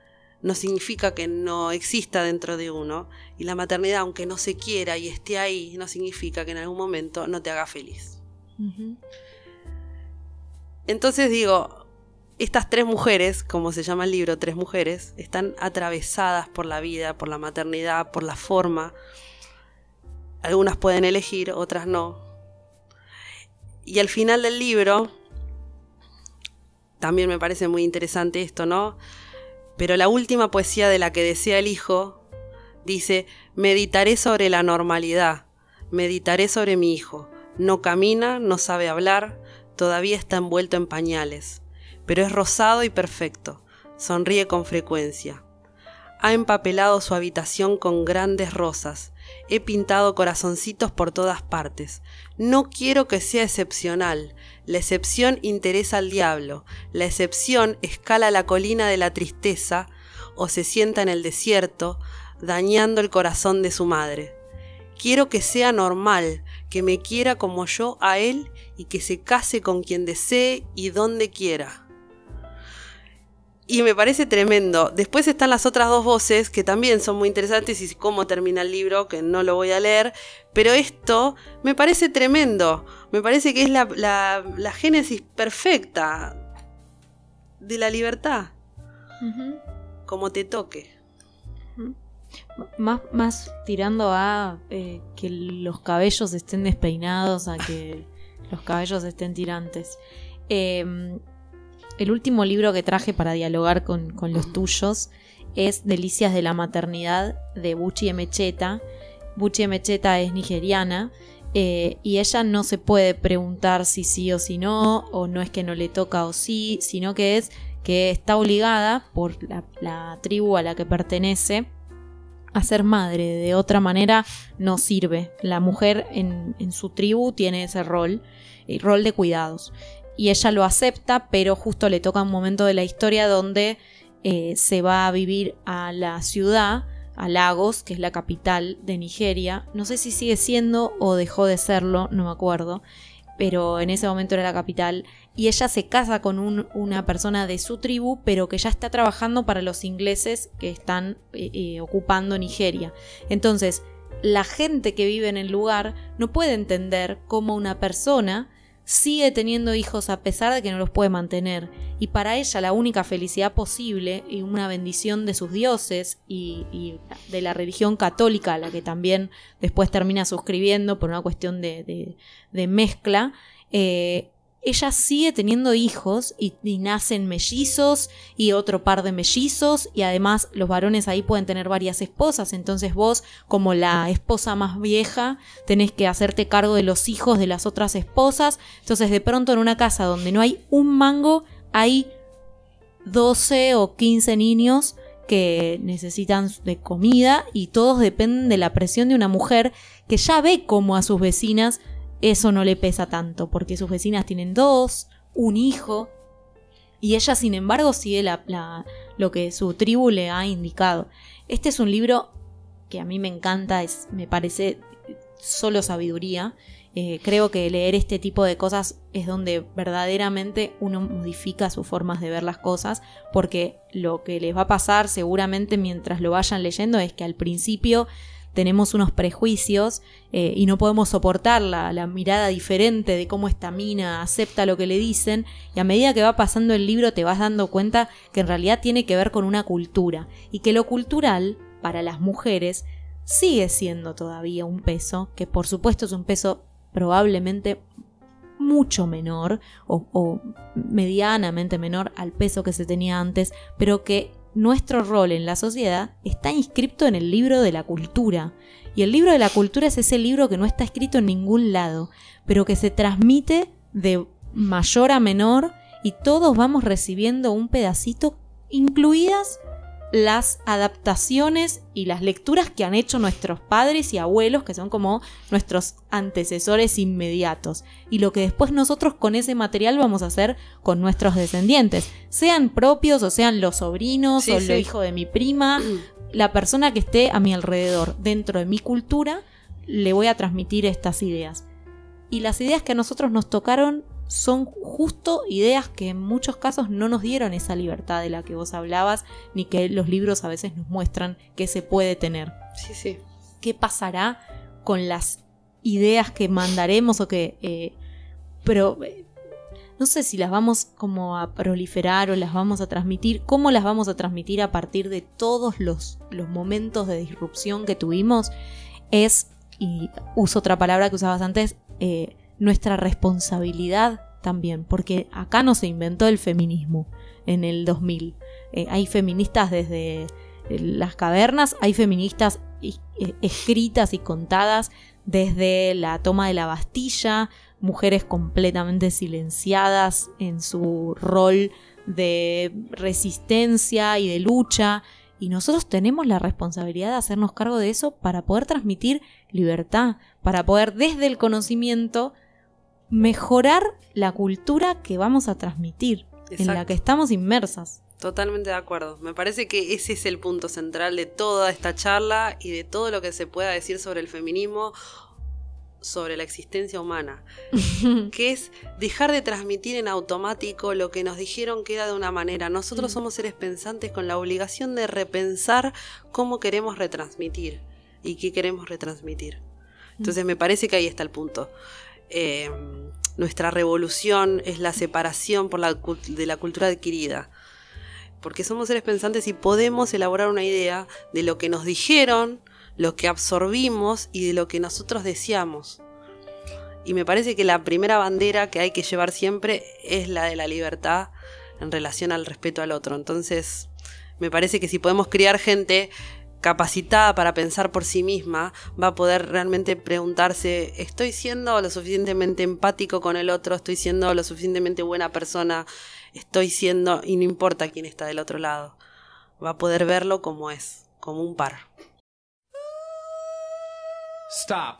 no significa que no exista dentro de uno, y la maternidad, aunque no se quiera y esté ahí, no significa que en algún momento no te haga feliz. Uh-huh. Entonces digo, estas 3 mujeres, como se llama el libro, 3 mujeres, están atravesadas por la vida, por la maternidad, por la forma. Algunas pueden elegir, otras no. Y al final del libro, también me parece muy interesante esto, ¿no? Pero la última poesía de la que desea el hijo dice: meditaré sobre la normalidad, meditaré sobre mi hijo. No camina, no sabe hablar, todavía está envuelto en pañales, pero es rosado y perfecto, sonríe con frecuencia. Ha empapelado su habitación con grandes rosas, he pintado corazoncitos por todas partes. No quiero que sea excepcional, la excepción interesa al diablo, la excepción escala la colina de la tristeza o se sienta en el desierto, dañando el corazón de su madre. Quiero que sea normal, que me quiera como yo a él y que se case con quien desee y donde quiera. Y me parece tremendo. Después están las otras 2 voces que también son muy interesantes y cómo termina el libro, que no lo voy a leer, pero esto me parece tremendo. Me parece que es la génesis perfecta de la libertad. Uh-huh. Como te toque. Uh-huh. Más tirando a que los cabellos estén despeinados, a que los cabellos estén tirantes. El último libro que traje para dialogar con los tuyos es Delicias de la maternidad, de Buchi Emecheta. Buchi Emecheta es nigeriana y ella no se puede preguntar si sí o si no, o no es que no le toca o sí, sino que es que está obligada por la tribu a la que pertenece a ser madre. De otra manera no sirve. La mujer en su tribu tiene ese rol, el rol de cuidados. Y ella lo acepta, pero justo le toca un momento de la historia donde se va a vivir a la ciudad, a Lagos, que es la capital de Nigeria. No sé si sigue siendo o dejó de serlo, no me acuerdo, pero en ese momento era la capital. Y ella se casa con una persona de su tribu, pero que ya está trabajando para los ingleses que están ocupando Nigeria. Entonces, la gente que vive en el lugar no puede entender cómo una persona sigue teniendo hijos a pesar de que no los puede mantener, y para ella la única felicidad posible y una bendición de sus dioses y de la religión católica, a la que también después termina suscribiendo por una cuestión de mezcla, ella sigue teniendo hijos y nacen mellizos y otro par de mellizos, y además los varones ahí pueden tener varias esposas. Entonces vos, como la esposa más vieja, tenés que hacerte cargo de los hijos de las otras esposas. Entonces de pronto en una casa donde no hay un mango hay 12 o 15 niños que necesitan de comida, y todos dependen de la presión de una mujer que ya ve cómo a sus vecinas eso no le pesa tanto, porque sus vecinas tienen 2, un hijo, y ella sin embargo sigue lo que su tribu le ha indicado. Este es un libro que a mí me encanta, me parece solo sabiduría. Creo que leer este tipo de cosas es donde verdaderamente uno modifica sus formas de ver las cosas, porque lo que les va a pasar seguramente mientras lo vayan leyendo es que al principio tenemos unos prejuicios y no podemos soportar la mirada diferente de cómo esta mina acepta lo que le dicen, y a medida que va pasando el libro te vas dando cuenta que en realidad tiene que ver con una cultura, y que lo cultural para las mujeres sigue siendo todavía un peso, que por supuesto es un peso probablemente mucho menor o medianamente menor al peso que se tenía antes, pero que nuestro rol en la sociedad está inscrito en el libro de la cultura. Y el libro de la cultura es ese libro que no está escrito en ningún lado, pero que se transmite de mayor a menor, y todos vamos recibiendo un pedacito, incluidas las adaptaciones y las lecturas que han hecho nuestros padres y abuelos, que son como nuestros antecesores inmediatos, y lo que después nosotros con ese material vamos a hacer con nuestros descendientes, sean propios o sean los sobrinos o los hijos de mi prima, la persona que esté a mi alrededor. Dentro de mi cultura le voy a transmitir estas ideas, y las ideas que a nosotros nos tocaron son justo ideas que en muchos casos no nos dieron esa libertad de la que vos hablabas, ni que los libros a veces nos muestran que se puede tener. Sí, sí. ¿Qué pasará con las ideas que mandaremos o que... no sé si las vamos como a proliferar o las vamos a transmitir. ¿Cómo las vamos a transmitir a partir de todos los momentos de disrupción que tuvimos? Es, y uso otra palabra que usabas antes, nuestra responsabilidad también, porque acá no se inventó el feminismo en el 2000. Hay feministas desde las cavernas, hay feministas escritas y contadas desde la toma de la Bastilla, mujeres completamente silenciadas en su rol de resistencia y de lucha, y nosotros tenemos la responsabilidad de hacernos cargo de eso para poder transmitir libertad, para poder desde el conocimiento mejorar la cultura que vamos a transmitir, en la que estamos inmersas. Totalmente de acuerdo. Me parece que ese es el punto central de toda esta charla y de todo lo que se pueda decir sobre el feminismo, sobre la existencia humana, que es dejar de transmitir en automático lo que nos dijeron que era de una manera. Nosotros somos seres pensantes con la obligación de repensar cómo queremos retransmitir y qué queremos retransmitir. Entonces me parece que ahí está el punto. Nuestra revolución es la separación de la cultura adquirida, porque somos seres pensantes y podemos elaborar una idea de lo que nos dijeron, lo que absorbimos y de lo que nosotros deseamos. Y me parece que la primera bandera que hay que llevar siempre es la de la libertad en relación al respeto al otro. Entonces me parece que si podemos criar gente capacitada para pensar por sí misma, va a poder realmente preguntarse: ¿estoy siendo lo suficientemente empático con el otro? ¿Estoy siendo lo suficientemente buena persona? ¿Estoy siendo? Y no importa quién está del otro lado, va a poder verlo como es, como un par. Stop.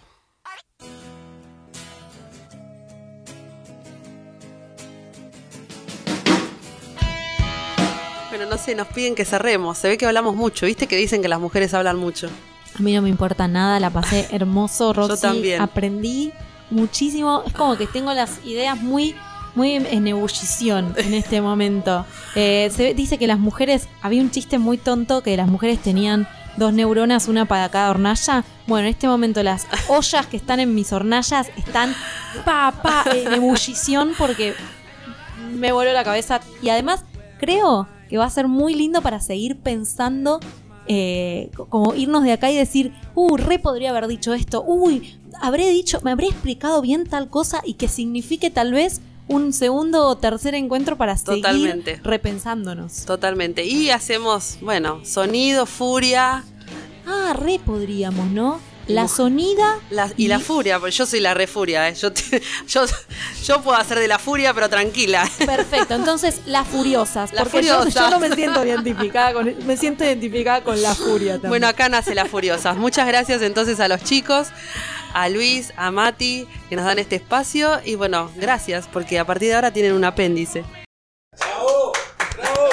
Bueno, no sé, nos piden que cerremos. Se ve que hablamos mucho. ¿Viste que dicen que las mujeres hablan mucho? A mí no me importa nada, la pasé hermoso, Roxy. Yo también. Aprendí muchísimo. Es como que tengo las ideas muy en ebullición en este momento. Dice que las mujeres... Había un chiste muy tonto que las mujeres tenían 2 neuronas, una para cada hornalla. Bueno, en este momento las ollas que están en mis hornallas están en ebullición porque me voló la cabeza. Y además creo que va a ser muy lindo para seguir pensando, como irnos de acá y decir, re podría haber dicho esto, me habré explicado bien tal cosa, y que signifique tal vez un segundo o tercer encuentro para seguir repensándonos. Totalmente. Y hacemos, sonido, furia. Re podríamos, ¿no? La sonida y la furia, porque yo soy la refuria, ¿eh? Yo puedo hacer de la furia, pero tranquila. Perfecto, entonces las furiosas, porque yo no me siento identificada con la furia también. Bueno, acá nace las furiosas. Muchas gracias entonces a los chicos, a Luis, a Mati, que nos dan este espacio, y bueno, gracias, porque a partir de ahora tienen un apéndice. ¡Bravo! ¡Bravo!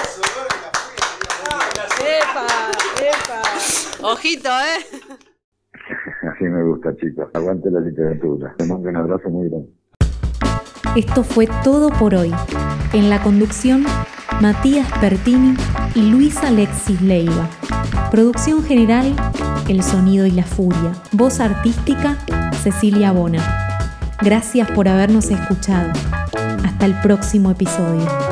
¡Epa! Ojito, Así me gusta, chicos. Aguante la literatura. Te mando un abrazo muy grande. Esto fue todo por hoy. En la conducción, Matías Pertini y Luis Alexis Leiva. Producción general, El Sonido y la Furia. Voz artística, Cecilia Bona. Gracias por habernos escuchado. Hasta el próximo episodio.